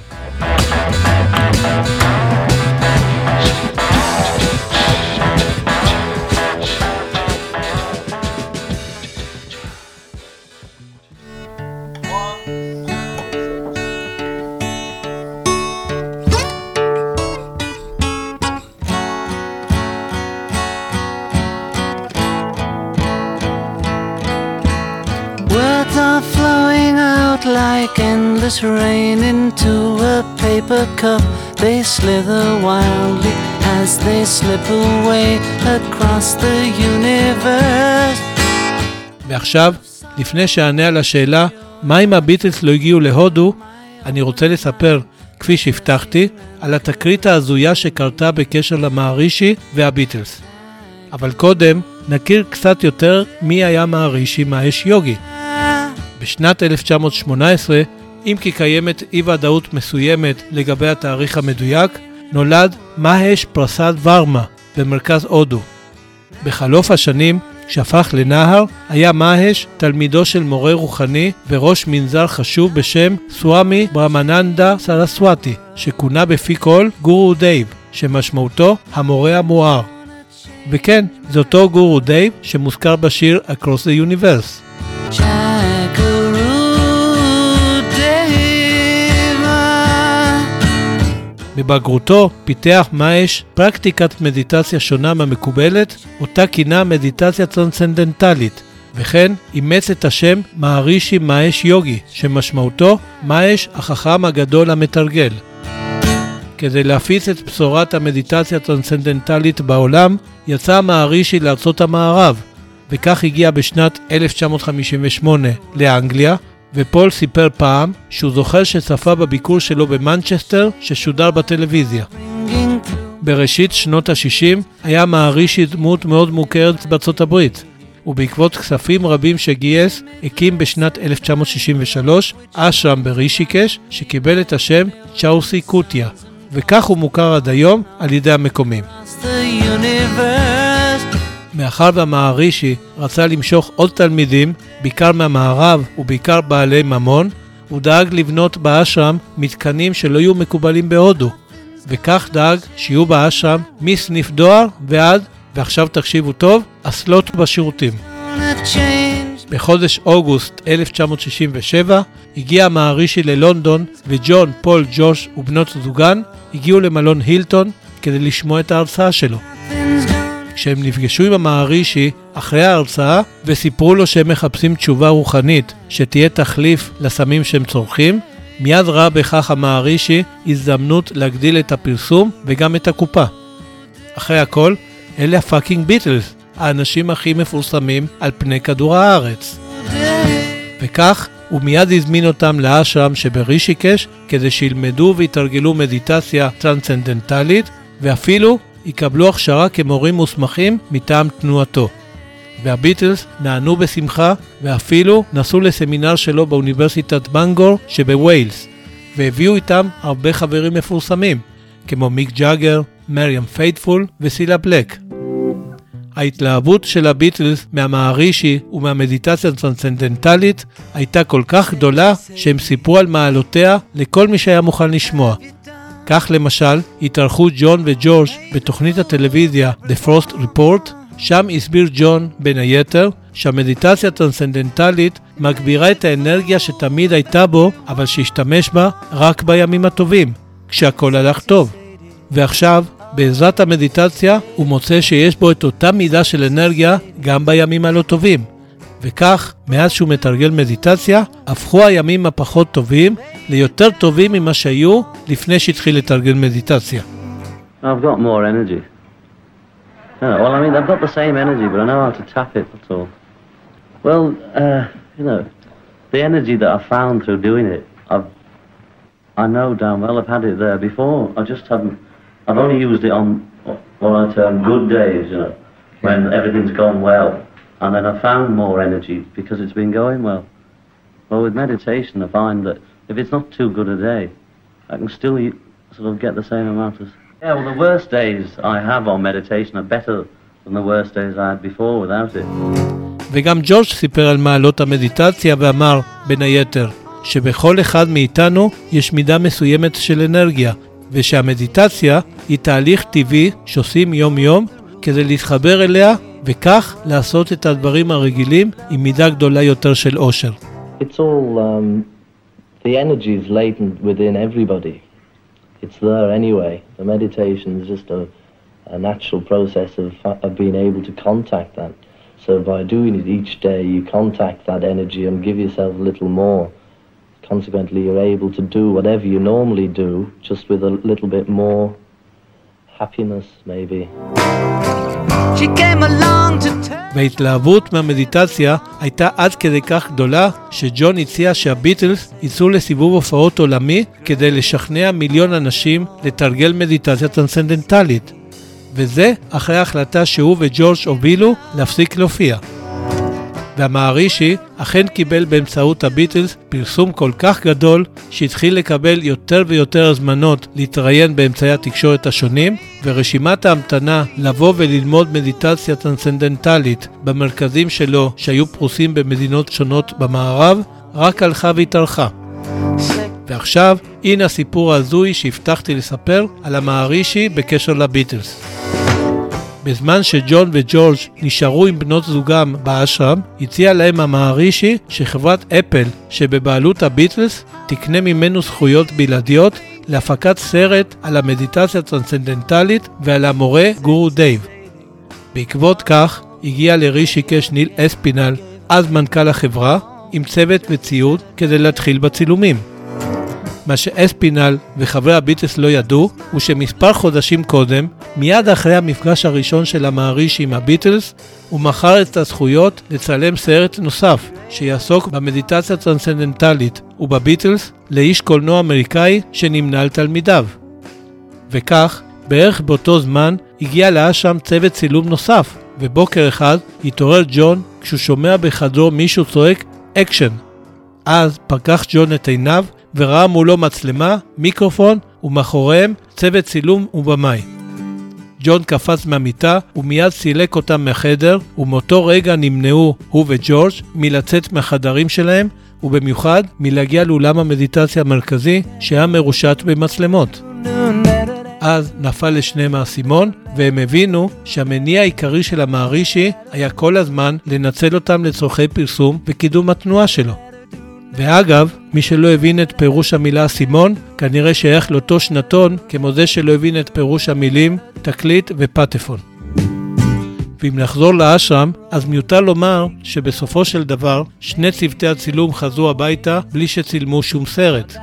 S3: Like endless rain into a paper cup, they slither wildly as they slip away across the universe.
S1: ועכשיו, לפני שאענה על השאלה מה אם הביטלס לא הגיעו להודו, אני רוצה לספר, כפי שהבטחתי, על התקרית ההזויה שקרתה בקשר למערישי והביטלס. אבל קודם נכיר קצת יותר מי היה מערישי מהאש יוגי. בשנת 1918, אם כי קיימת אי ודאות מסוימת לגבי התאריך המדויק, נולד מהש פרסד ורמה במרכז הודו. בחלוף השנים, שהפך לנהר, היה מהש תלמידו של מורה רוחני וראש מנזר חשוב בשם סוואמי ברמננדה סרסווטי, שכונה בפי כל גורו דייב, שמשמעותו המורה המואר. וכן, זה אותו גורו דייב שמוזכר בשיר Across the Universe. בבגרותו פיתח מהש פרקטיקת מדיטציה שונה מהמקובלת, אותה כינה מדיטציה טרנסצנדנטלית, וכן אימץ את השם מהרישי מהש יוגי, שמשמעותו מהש החכם הגדול המתרגל. כדי להפיץ את בשורת המדיטציה הטרנסצנדנטלית בעולם, יצא מהרישי לארצות המערב, וכך הגיע בשנת 1958 לאנגליה, ופול סיפר פעם שהוא זוכר שצפה בביקור שלו במנצ'סטר ששודר בטלוויזיה. בראשית שנות ה-60 היה מהרישי דמות מאוד מוכרת בארצות הברית, ובעקבות כספים רבים שגייס הקים בשנת 1963 אשרם ברישיקש שקיבל את השם צ'אוסי קוטיה, וכך הוא מוכר עד היום על ידי המקומים. מאחר והמהרישי רצה למשוך עוד תלמידים, בעיקר מהמערב ובעיקר בעלי ממון, הוא דאג לבנות באשרם מתקנים שלא יהיו מקובלים בהודו, וכך דאג שיהיו באשרם מסניף דואר ועד, ועכשיו תקשיבו טוב, אסלות בשירותים. בחודש אוגוסט 1967 הגיע המהרישי ללונדון, וג'ון, פול, ג'וש ובנות זוגן הגיעו למלון הילטון כדי לשמוע את ההרצאה שלו. כשהם נפגשו עם המהרישי אחרי ההרצאה וסיפרו לו שהם מחפשים תשובה רוחנית שתהיה תחליף לסמים שהם צורכים, מיד ראה בכך המהרישי הזדמנות להגדיל את הפרסום וגם את הקופה. אחרי הכל, אלה הפאקינג ביטלס, האנשים הכי מפורסמים על פני כדור הארץ. וכך הוא מיד הזמין אותם לאשרם שברישיקש כדי שילמדו והתרגלו מדיטציה טרנסצנדנטלית, ואפילו יקבלו הכשרה כמורים מוסמכים מטעם תנועתו. והביטלס נענו בשמחה ואפילו נסעו לסמינר שלו באוניברסיטת בנגור שבווילס, והביאו איתם הרבה חברים מפורסמים, כמו מיק ג'אגר, מרים פייטפול וסילה בלק. ההתלהבות של הביטלס מהמהרישי ומהמדיטציה הטרנסצנדנטלית הייתה כל כך גדולה שהם סיפרו על מעלותיה לכל מי שהיה מוכן לשמוע. כך למשל, התארחו ג'ון וג'ורג' בתוכנית הטלוויזיה The Frost Report, שם הסביר ג'ון בין היתר שהמדיטציה הטרנסצנדנטלית מגבירה את האנרגיה שתמיד הייתה בו, אבל שהשתמש בה רק בימים הטובים, כשהכל הלך טוב. ועכשיו, בעזרת המדיטציה, הוא מוצא שיש בו את אותה מידה של אנרגיה גם בימים הלא טובים. וכך, מאז שהוא מתרגל מדיטציה, הפכו הימים הפחות טובים ליותר טובים ממה שהיו לפני שהתחיל לתרגל מדיטציה.
S4: I've got more energy. Yeah, well, I mean, I've got the same energy, but I know how to tap it, that's all. Well, you know, the energy that I've found through doing it, I know damn well I've had it there before. I just haven't, I've only used it on what I term good days, you know, when everything's gone well. And then I found more energy because it's been going well. Well, with meditation, I find that if it's not too good a day, I can still sort of get the same amount of... Yeah, well, the worst days I have on meditation are better than the worst days I had before without it.
S1: וגם ג'ורג' סיפר על מעלות המדיטציה ואמר, בין היתר, שבכל אחד מאיתנו יש מידה מסוימת של אנרגיה, ושהמדיטציה היא תהליך טבעי שעושים יום יום כדי להתחבר אליה, וכך לעשות את הדברים הרגילים עם מידה גדולה יותר של אושר.
S5: It's all, the energy is latent within everybody. It's there anyway. The meditation is just a natural process of being able to contact that. So by doing it each day, you contact that energy and give yourself a little more. Consequently, you're able to do whatever you normally do, just with a little bit more happiness, maybe.
S3: She came along to
S1: וההתלהבות מהמדיטציה הייתה עד כדי כך גדולה שג'ון הציע שהביטלס ייצאו לסיבוב הופעות עולמי כדי לשכנע מיליון אנשים לתרגל מדיטציה טרנסצנדנטלית. וזה אחרי ההחלטה שהוא וג'ורג' הובילו להפסיק להופיע. והמערישי אכן קיבל באמצעות הביטלס פרסום כל כך גדול שהתחיל לקבל יותר ויותר הזמנות להתראיין באמצעי התקשורת השונים, ורשימת ההמתנה לבוא וללמוד מדיטציה טרנסצנדנטלית במרכזים שלו שהיו פרוסים במדינות שונות במערב רק הלכה והתארכה. ועכשיו הנה הסיפור ההזוי שהבטחתי לספר על המערישי בקשר לביטלס. בזמן שג'ון וג'ורג' נשארו עם בנות זוגם באשרם, הציע להם המערישי שחברת אפל שבבעלות הביטלס תקנה ממנו זכויות בלעדיות להפקת סרט על המדיטציה הטרנסצנדנטלית ועל המורה גורו דייב. בעקבות כך הגיע לרישיקש ניל אספינל, אז מנכ"ל החברה, עם צוות וציוד כדי להתחיל בצילומים. מה שאספינל וחברי הביטלס לא ידעו הוא שמספר חודשים קודם, מיד אחרי המפגש הראשון של המערישי עם הביטלס, הוא מכר את הזכויות לצלם סרט נוסף שיעסוק במדיטציה טרנסצנדנטלית ובביטלס לאיש קולנוע אמריקאי שנמנה על תלמידיו. וכך, בערך באותו זמן הגיע לאשרם צוות צילום נוסף, ובוקר אחד התעורר ג'ון כשהוא שומע בחדרו מישהו צועק אקשן. אז פקח ג'ון את עיניו וראה מולו מצלמה, מיקרופון ומאחוריהם צוות צילום ובמאי. ג'ון קפץ מהמיטה ומיד סילק אותם מהחדר, ומאותו רגע נמנעו הוא וג'ורג' מלצאת מהחדרים שלהם, ובמיוחד מלהגיע לאולם המדיטציה המרכזי שהיה מרושת במצלמות. אז נפל לשניהם האסימון, והם הבינו שהמניע העיקרי של המערישי היה כל הזמן לנצל אותם לצורכי פרסום וקידום התנועה שלו. ואגב, מי שלא הבין את פירוש המילה אסימון, כנראה שייך לאותו שנתון כמו זה שלא הבין את פירוש המילים תקליט ופטפון. ואם נחזור לאשרם, אז מיותר לומר שבסופו של דבר שני צוותי הצילום חזרו הביתה בלי שצילמו שום סרט.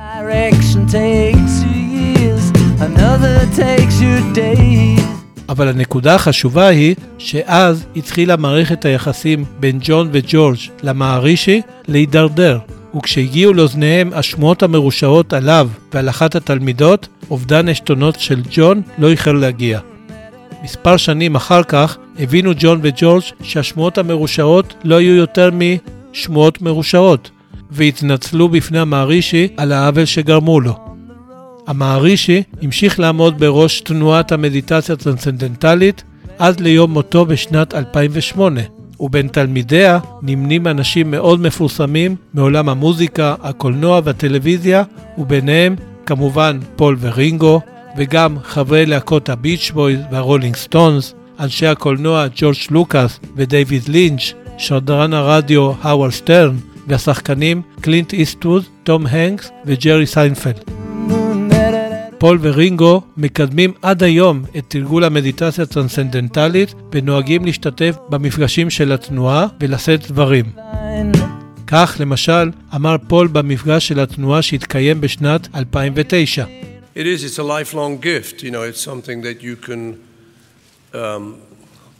S1: אבל הנקודה החשובה היא שאז התחילה מערכת היחסים בין ג'ון וג'ורג' למערישי להידרדר. וכשהגיעו לאוזניהם השמועות המרושעות עליו ועל אחת התלמידות, אובדן השתונות של ג'ון לא איחר להגיע. מספר שנים אחר כך הבינו ג'ון וג'ורג' שהשמועות המרושעות לא היו יותר משמועות מרושעות, והתנצלו בפני המערישי על העוול שגרמו לו. המערישי המשיך לעמוד בראש תנועת המדיטציה הטרנסצנדנטלית עד ליום מותו בשנת 2008. ובין תלמידיה נמנים אנשים מאוד מפורסמים מעולם המוזיקה, הקולנוע והטלוויזיה, וביניהם כמובן פול ורינגו, וגם חברי להקות הביץ' בויז והרולינג סטונס, אנשי הקולנוע ג'ורג' לוקאס ודייוויד לינץ', שדרן הרדיו האווארד סטרן, והשחקנים קלינט איסטווד, תום הנקס וג'רי סיינפלד. פול ורינגו מקדמים עד היום את תרגול המדיטציה הטרנסצנדנטלית ונוהגים להשתתף במפגשים של התנועה ולשאת דברים. כך למשל אמר פול במפגש של התנועה שהתקיים בשנת 2009.
S6: It's a lifelong gift, it's something that you can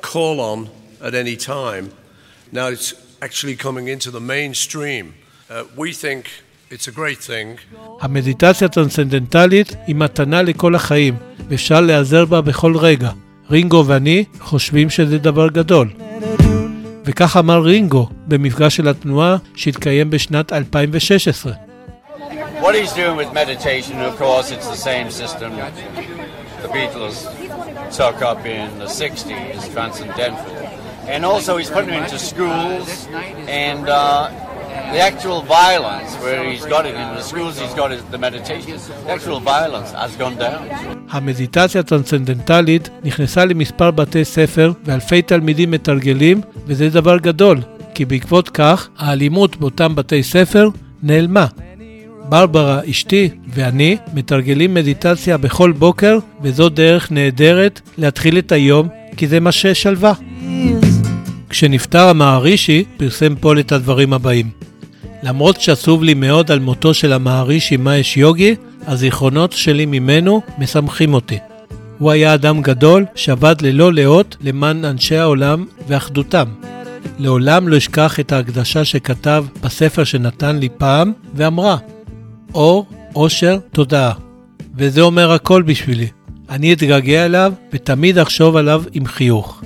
S6: call on at any time. Now it's actually coming into the mainstream. We think it's a great thing.
S1: המדיטציה הטרנסצנדנטלית היא מתנה לכל החיים, ואפשר להיעזר בה בכל רגע. רינגו ואני חושבים שזה דבר גדול. וכך אמר רינגו במפגש של התנועה שהתקיים בשנת 2016.
S7: What he's doing with meditation, of course, it's the same system the Beatles took up in the 60s, transcendental. And also he's putting it into schools, and the actual violence, where he's got it in the schools, he's got it, the meditation, the actual violence has gone down.
S1: המדיטציה הטרנסצנדנטלית נכנסה למספר בתי ספר ואלפי תלמידים מתרגלים, וזה דבר גדול, כי בעקבות כך האלימות באותם בתי ספר נעלמה. ברברה, אשתי ואני מתרגלים מדיטציה בכל בוקר, וזו דרך נהדרת להתחיל את היום, כי זה מה ששלווה. כשנפטר המהרישי, פרסם פול את הדברים הבאים. למרות שעצוב לי מאוד על מותו של המהרישי מאהש יוגי, הזיכרונות שלי ממנו משמחים אותי. הוא היה אדם גדול שעבד ללא לאות למען אנשי העולם ואחדותם. לעולם לא אשכח את ההקדשה שכתב בספר שנתן לי פעם, ואמרה, אור, אושר, תודעה. וזה אומר הכל בשבילי. אני אתגעגע אליו ותמיד אחשוב עליו עם חיוך.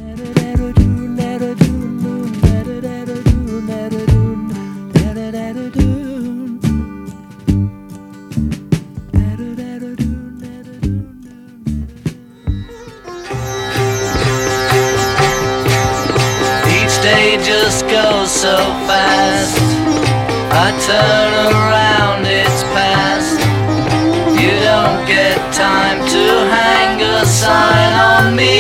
S3: Day just goes so fast. I turn around, it's past. You don't get time to hang a sign on me.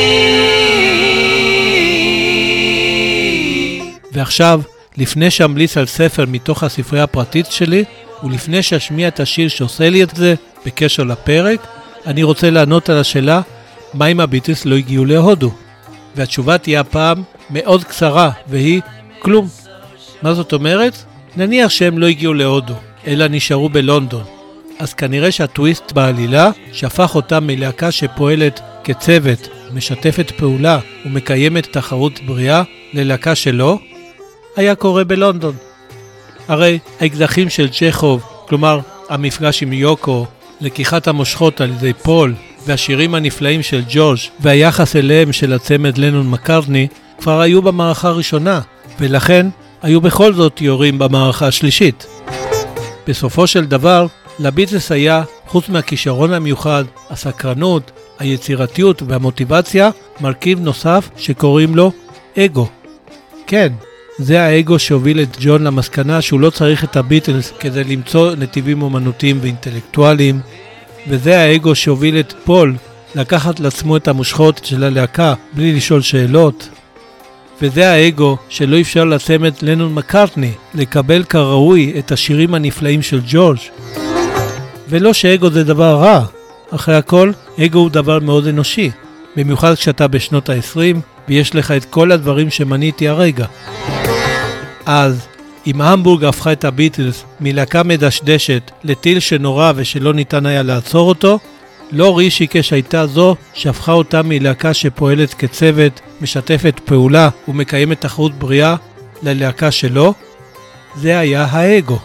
S1: ועכשיו, לפני שאמליץ על ספר מתוך הספרייה הפרטית שלי, ולפני שאשמיע את השיר שעושה לי את זה בקשר לפרק, אני רוצה לענות על השאלה, מה אם הביטלס לא הגיעו להודו? והתשובה תהיה הפעם מאוד קצרה, והיא כלום. מה זאת אומרת? נניח שהם לא הגיעו להודו, אלא נשארו בלונדון. אז כנראה שהטוויסט בעלילה, שהפך אותם מלהקה שפועלת כצוות, משתפת פעולה ומקיימת תחרות בריאה ללהקה שלו, היה קורה בלונדון. הרי האקדחים של צ'כוב, כלומר המפגש עם יוקו, לקיחת המושכות על ידי פול, והשירים הנפלאים של ג'ורג' והיחס אליהם של הצמד לנון מקרטני כבר היו במערכה הראשונה, ולכן היו בכל זאת יורים במערכה השלישית. בסופו של דבר, לביטלס היה, חוץ מהכישרון המיוחד, הסקרנות, היצירתיות והמוטיבציה, מרכיב נוסף שקוראים לו אגו. כן, זה האגו שהוביל את ג'ון למסקנה שהוא לא צריך את הביטלס כדי למצוא נתיבים אומנותיים ואינטלקטואליים, וזה האגו שהוביל את פול לקחת לעצמו את המושכות של הלהקה בלי לשאול שאלות. וזה האגו שלא אפשר לצמד לנון מקרטני לקבל כראוי את השירים הנפלאים של ג'ורג'. ולא שאגו זה דבר רע, אחרי הכל אגו הוא דבר מאוד אנושי, במיוחד כשאתה בשנות ה-20 ויש לך את כל הדברים שמניתי הרגע. אז אם המבורג הפכה את הביטלס מלהקה מדשדשת לטיל שנורא ושלא ניתן היה לעצור אותו, לא רישיקש הייתה זו שהפכה אותה מלהקה שפועלת כצוות, משתפת פעולה ומקיימת תחרות בריאה ללהקה שלו, זה היה האגו.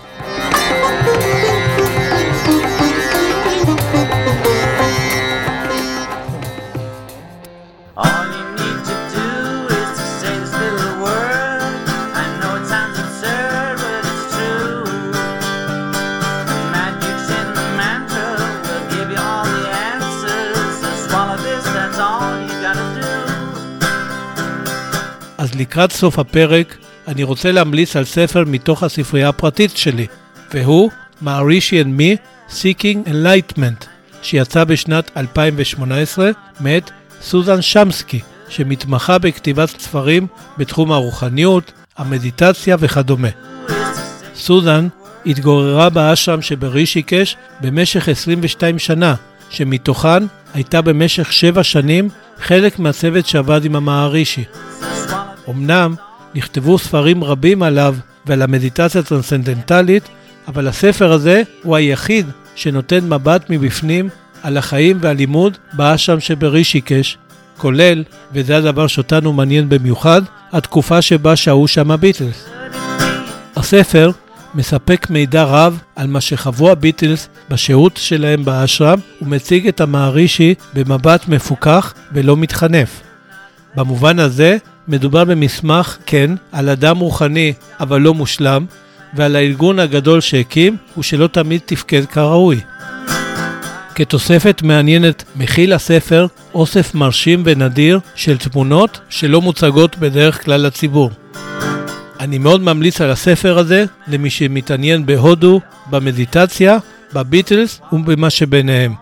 S1: אז לקראת סוף הפרק אני רוצה להמליץ על ספר מתוך הספרייה הפרטית שלי, והוא Maharishi and Me Seeking Enlightenment, שיצא בשנת 2018 מאת סוזן שמסקי, שמתמחה בכתיבת ספרים בתחום הרוחניות, המדיטציה וכדומה. סוזן התגוררה באשרם שברישיקש במשך 22 שנה, שמתוכן הייתה במשך 7 שנים חלק מהצוות שעבד עם המהרישי. אמנם נכתבו ספרים רבים עליו ועל המדיטציה הטרנסצנדנטלית, אבל הספר הזה הוא היחיד שנותן מבט מבפנים על החיים והלימוד באשרם שברישיקש, כולל, וזה הדבר שאותנו מעניין במיוחד, התקופה שבה שהו שם הביטלס. הספר מספק מידע רב על מה שחוו הביטלס בשהות שלהם באשרם, ומציג את המערישי במבט מפוקח ולא מתחנף. במובן הזה מדובר במסמך, כן, על אדם רוחני אבל לא מושלם, ועל הארגון הגדול שהקים ושלא תמיד תפקד כראוי. כתוספת מעניינת מכיל הספר אוסף מרשים ונדיר של תמונות שלא מוצגות בדרך כלל לציבור. אני מאוד ממליץ על הספר הזה למי שמתעניין בהודו, במדיטציה, בביטלס ובמה שביניהם.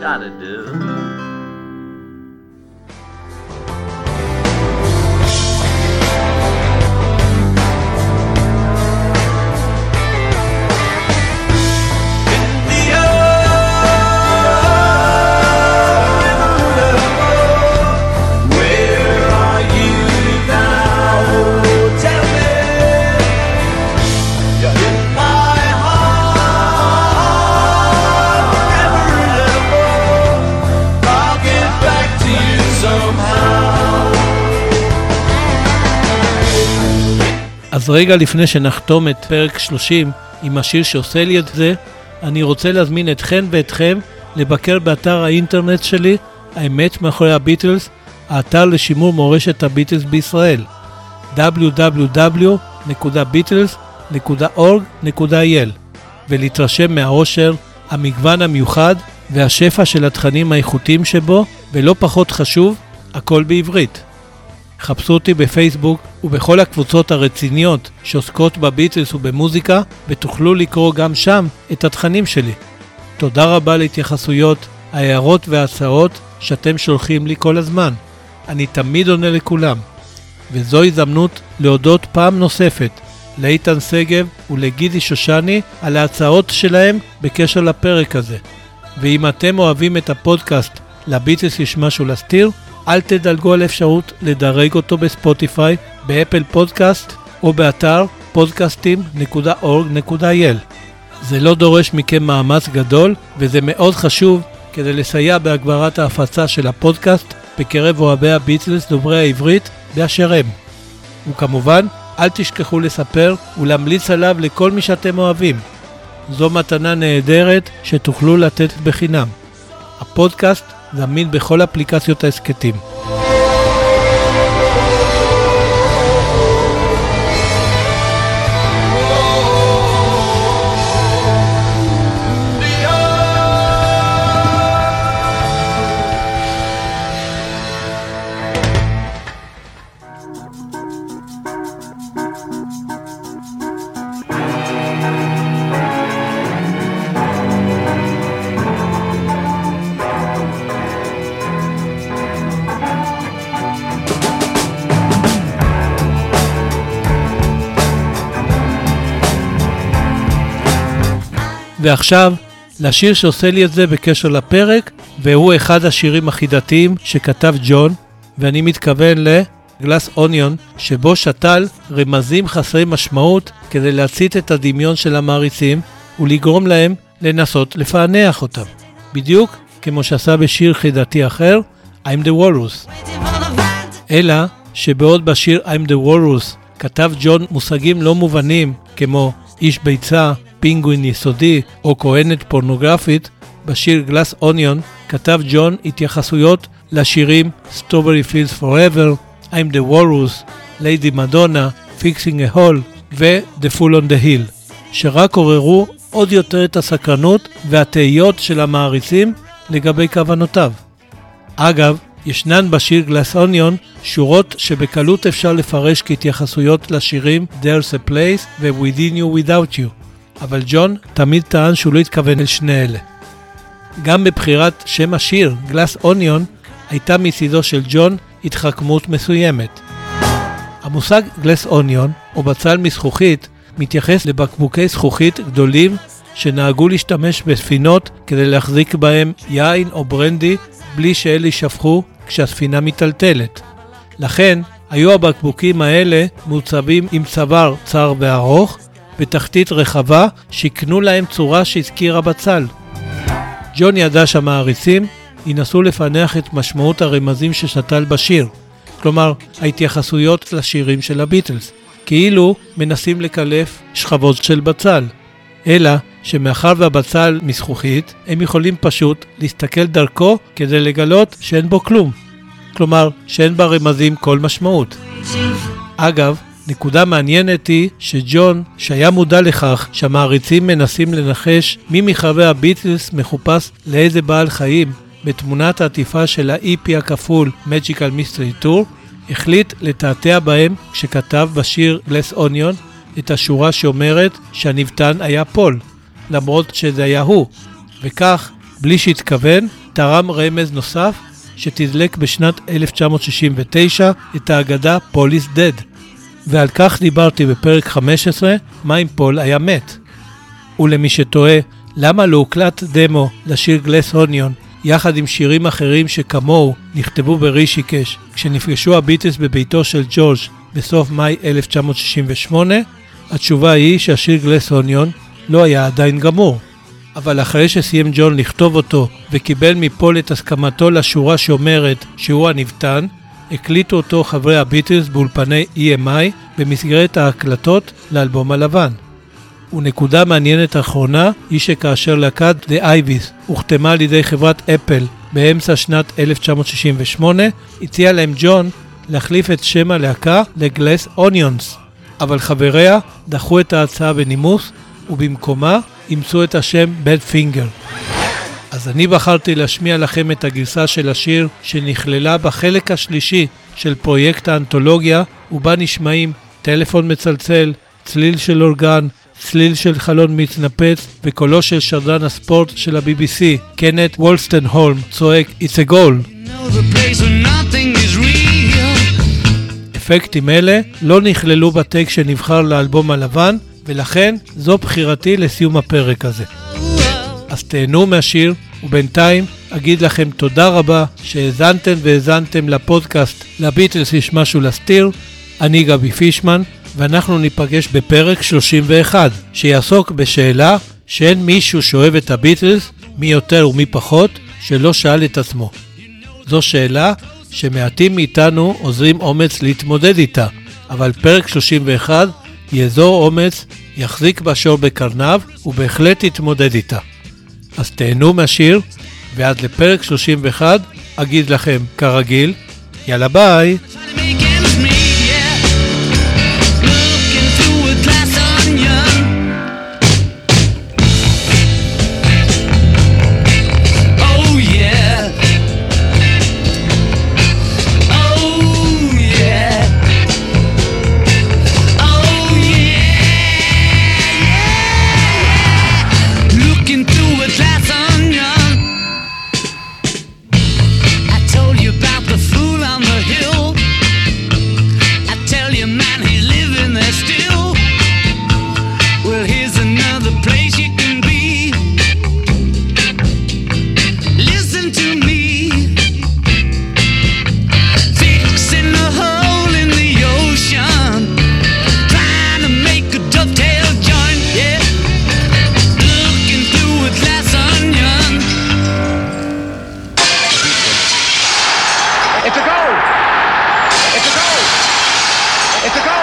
S1: אז רגע לפני שנחתום את פרק 30 עם השיר שעושה לי את זה, אני רוצה להזמין אתכן ואתכם לבקר באתר האינטרנט שלי, האמת מאחורי הביטלס, האתר לשימור מורשת הביטלס בישראל, www.beatles.org.il, ולהתרשם מהעושר, המגוון המיוחד והשפע של התכנים האיכותיים שבו, ולא פחות חשוב, הכל בעברית. חפשו אותי בפייסבוק ובכל הקבוצות הרציניות שעוסקות בביטלס ובמוזיקה, ותוכלו לקרוא גם שם את התכנים שלי. תודה רבה להתייחסויות, ההערות וההצעות שאתם שולחים לי כל הזמן. אני תמיד עונה לכולם. וזו הזדמנות להודות פעם נוספת לאיתן סגב ולגידי שושני על ההצעות שלהם בקשר לפרק הזה. ואם אתם אוהבים את הפודקאסט לביטלס יש משהו להסתיר, אל תדלגו על אפשרות לדרג אותו בספוטיפיי, באפל פודקאסט או באתר podcastim.org.il. זה לא דורש מכם מאמץ גדול, וזה מאוד חשוב כדי לסייע בהגברת ההפצה של הפודקאסט בקרב אוהבי הביטלס דוברי העברית באשר הם. וכמובן, אל תשכחו לספר ולהמליץ עליו לכל מי שאתם אוהבים. זו מתנה נהדרת שתוכלו לתת בחינם. הפודקאסט זמין בכל אפליקציות העסקתים. ועכשיו, לשיר שעושה לי את זה בקשר לפרק, והוא אחד השירים החידתיים שכתב ג'ון, ואני מתכוון לגלאס אוניון, שבו שתל רמזים חסרי משמעות כדי להצית את הדמיון של המעריצים, ולגרום להם לנסות לפענח אותם. בדיוק כמו שעשה בשיר חידתי אחר, I'm the Walrus. אלא שבעוד בשיר I'm the Walrus כתב ג'ון מושגים לא מובנים כמו איש ביצה, פינגווין יסודי או כהנת פורנוגרפית, בשיר גלאס אוניון כתב ג'ון התייחסויות לשירים Strawberry Fields Forever, I'm the Walrus, Lady Madonna, Fixing a Hole ו-The Fool on the Hill, שרק עוררו עוד יותר את הסקרנות והתהיות של המעריצים לגבי כוונותיו. אגב, ישנן בשיר גלאס אוניון שורות שבקלות אפשר לפרש כהתייחסויות לשירים There's a Place ו-Within You Without You, אבל ג'ון תמיד טען שהוא לא התכוון אל שני אלה. גם בבחירת שם השיר גלאס אוניון הייתה מצידו של ג'ון התחכמות מסוימת. המושג גלאס אוניון או בצל מזכוכית מתייחס לבקבוקי זכוכית גדולים שנהגו להשתמש בספינות כדי להחזיק בהם יין או ברנדי בלי שאלה יישפכו כשהספינה מטלטלת. לכן היו הבקבוקים האלה מוצבים עם צוואר צר וארוך בתחתית רחבה שיקנו להם צורה שהזכירה בצל. ג'ון ידע שהמעריצים ינסו לפענח את משמעות הרמזים ששתל בשיר, כלומר ההתייחסויות לשירים של הביטלס, כאילו מנסים לקלף שכבות של בצל. אלא שמאחר והבצל מזכוכית, הם יכולים פשוט להסתכל דרכו כדי לגלות שאין בו כלום. כלומר, שאין בה רמזים כל משמעות. אגב, נקודה מעניינת היא שג'ון, שהיה מודע לכך שהמעריצים מנסים לנחש מי מחברי הביטלס מחופש לאיזה בעל חיים בתמונת העטיפה של ה-EP הכפול Magical Mystery Tour, החליט לתעתע בהם כשכתב בשיר Glass Onion את השורה שאומרת שהנבטן היה פול, למרות שזה היה הוא, וכך, בלי שהתכוון, תרם רמז נוסף שתדלק בשנת 1969 את האגדה פול is dead, ועל כך דיברתי בפרק 15, מה אם פול היה מת. ולמי שטועה, למה לא הוקלט דמו לשיר Glass Onion יחד עם שירים אחרים שכמוהו נכתבו ברישיקש כשנפגשו הביטלס בביתו של ג'ורג' בסוף מאי 1968, התשובה היא שהשיר Glass Onion לא היה עדיין גמור. אבל אחרי שסיים ג'ון לכתוב אותו וקיבל מפול את הסכמתו לשורה שאומרת שהוא הנבטן, הקליטו אותו חברי הביטלס באולפני EMI במסגרת ההקלטות לאלבום הלבן. ונקודה מעניינת האחרונה היא שכאשר להקת The Ivies הוחתמה על ידי חברת אפל באמצע שנת 1968, הציע להם ג'ון להחליף את שם הלהקה לגלס אוניונס, אבל חבריה דחו את ההצעה בנימוס ובמקומה אימצו את השם Bad Finger. אז אני בחרתי להשמיע לכם את הגרסה של השיר שנכללה בחלק השלישי של פרויקט האנתולוגיה, ובה נשמעים טלפון מצלצל, צליל של אורגן, צליל של חלון מתנפץ וקולו של שדרן הספורט של ה-BBC, קנט וולסטנהולם, צועק It's a goal. אפקטים אלה לא נכללו בטקסט שנבחר לאלבום הלבן, ולכן זו בחירתי לסיום הפרק הזה. אז תהנו מהשיר, ובינתיים אגיד לכם תודה רבה שהאזנתם והאזנתם לפודקאסט לביטלס יש משהו להסתיר. אני גבי פישמן, ואנחנו ניפגש בפרק 31, שיעסוק בשאלה שאין מישהו שאוהב את הביטלס, מי יותר ומי פחות, שלא שאל את עצמו. זו שאלה שמעטים מאיתנו עוזרים אומץ להתמודד איתה, אבל פרק 31 יאזור אומץ, יחזיק בשור בקרניו ובהחלט יתמודד איתה. אז תהנו מהשיר, ועד לפרק 31 אגיד לכם כרגיל, יאללה ביי.
S8: It's a goal! It's a goal! It's a goal!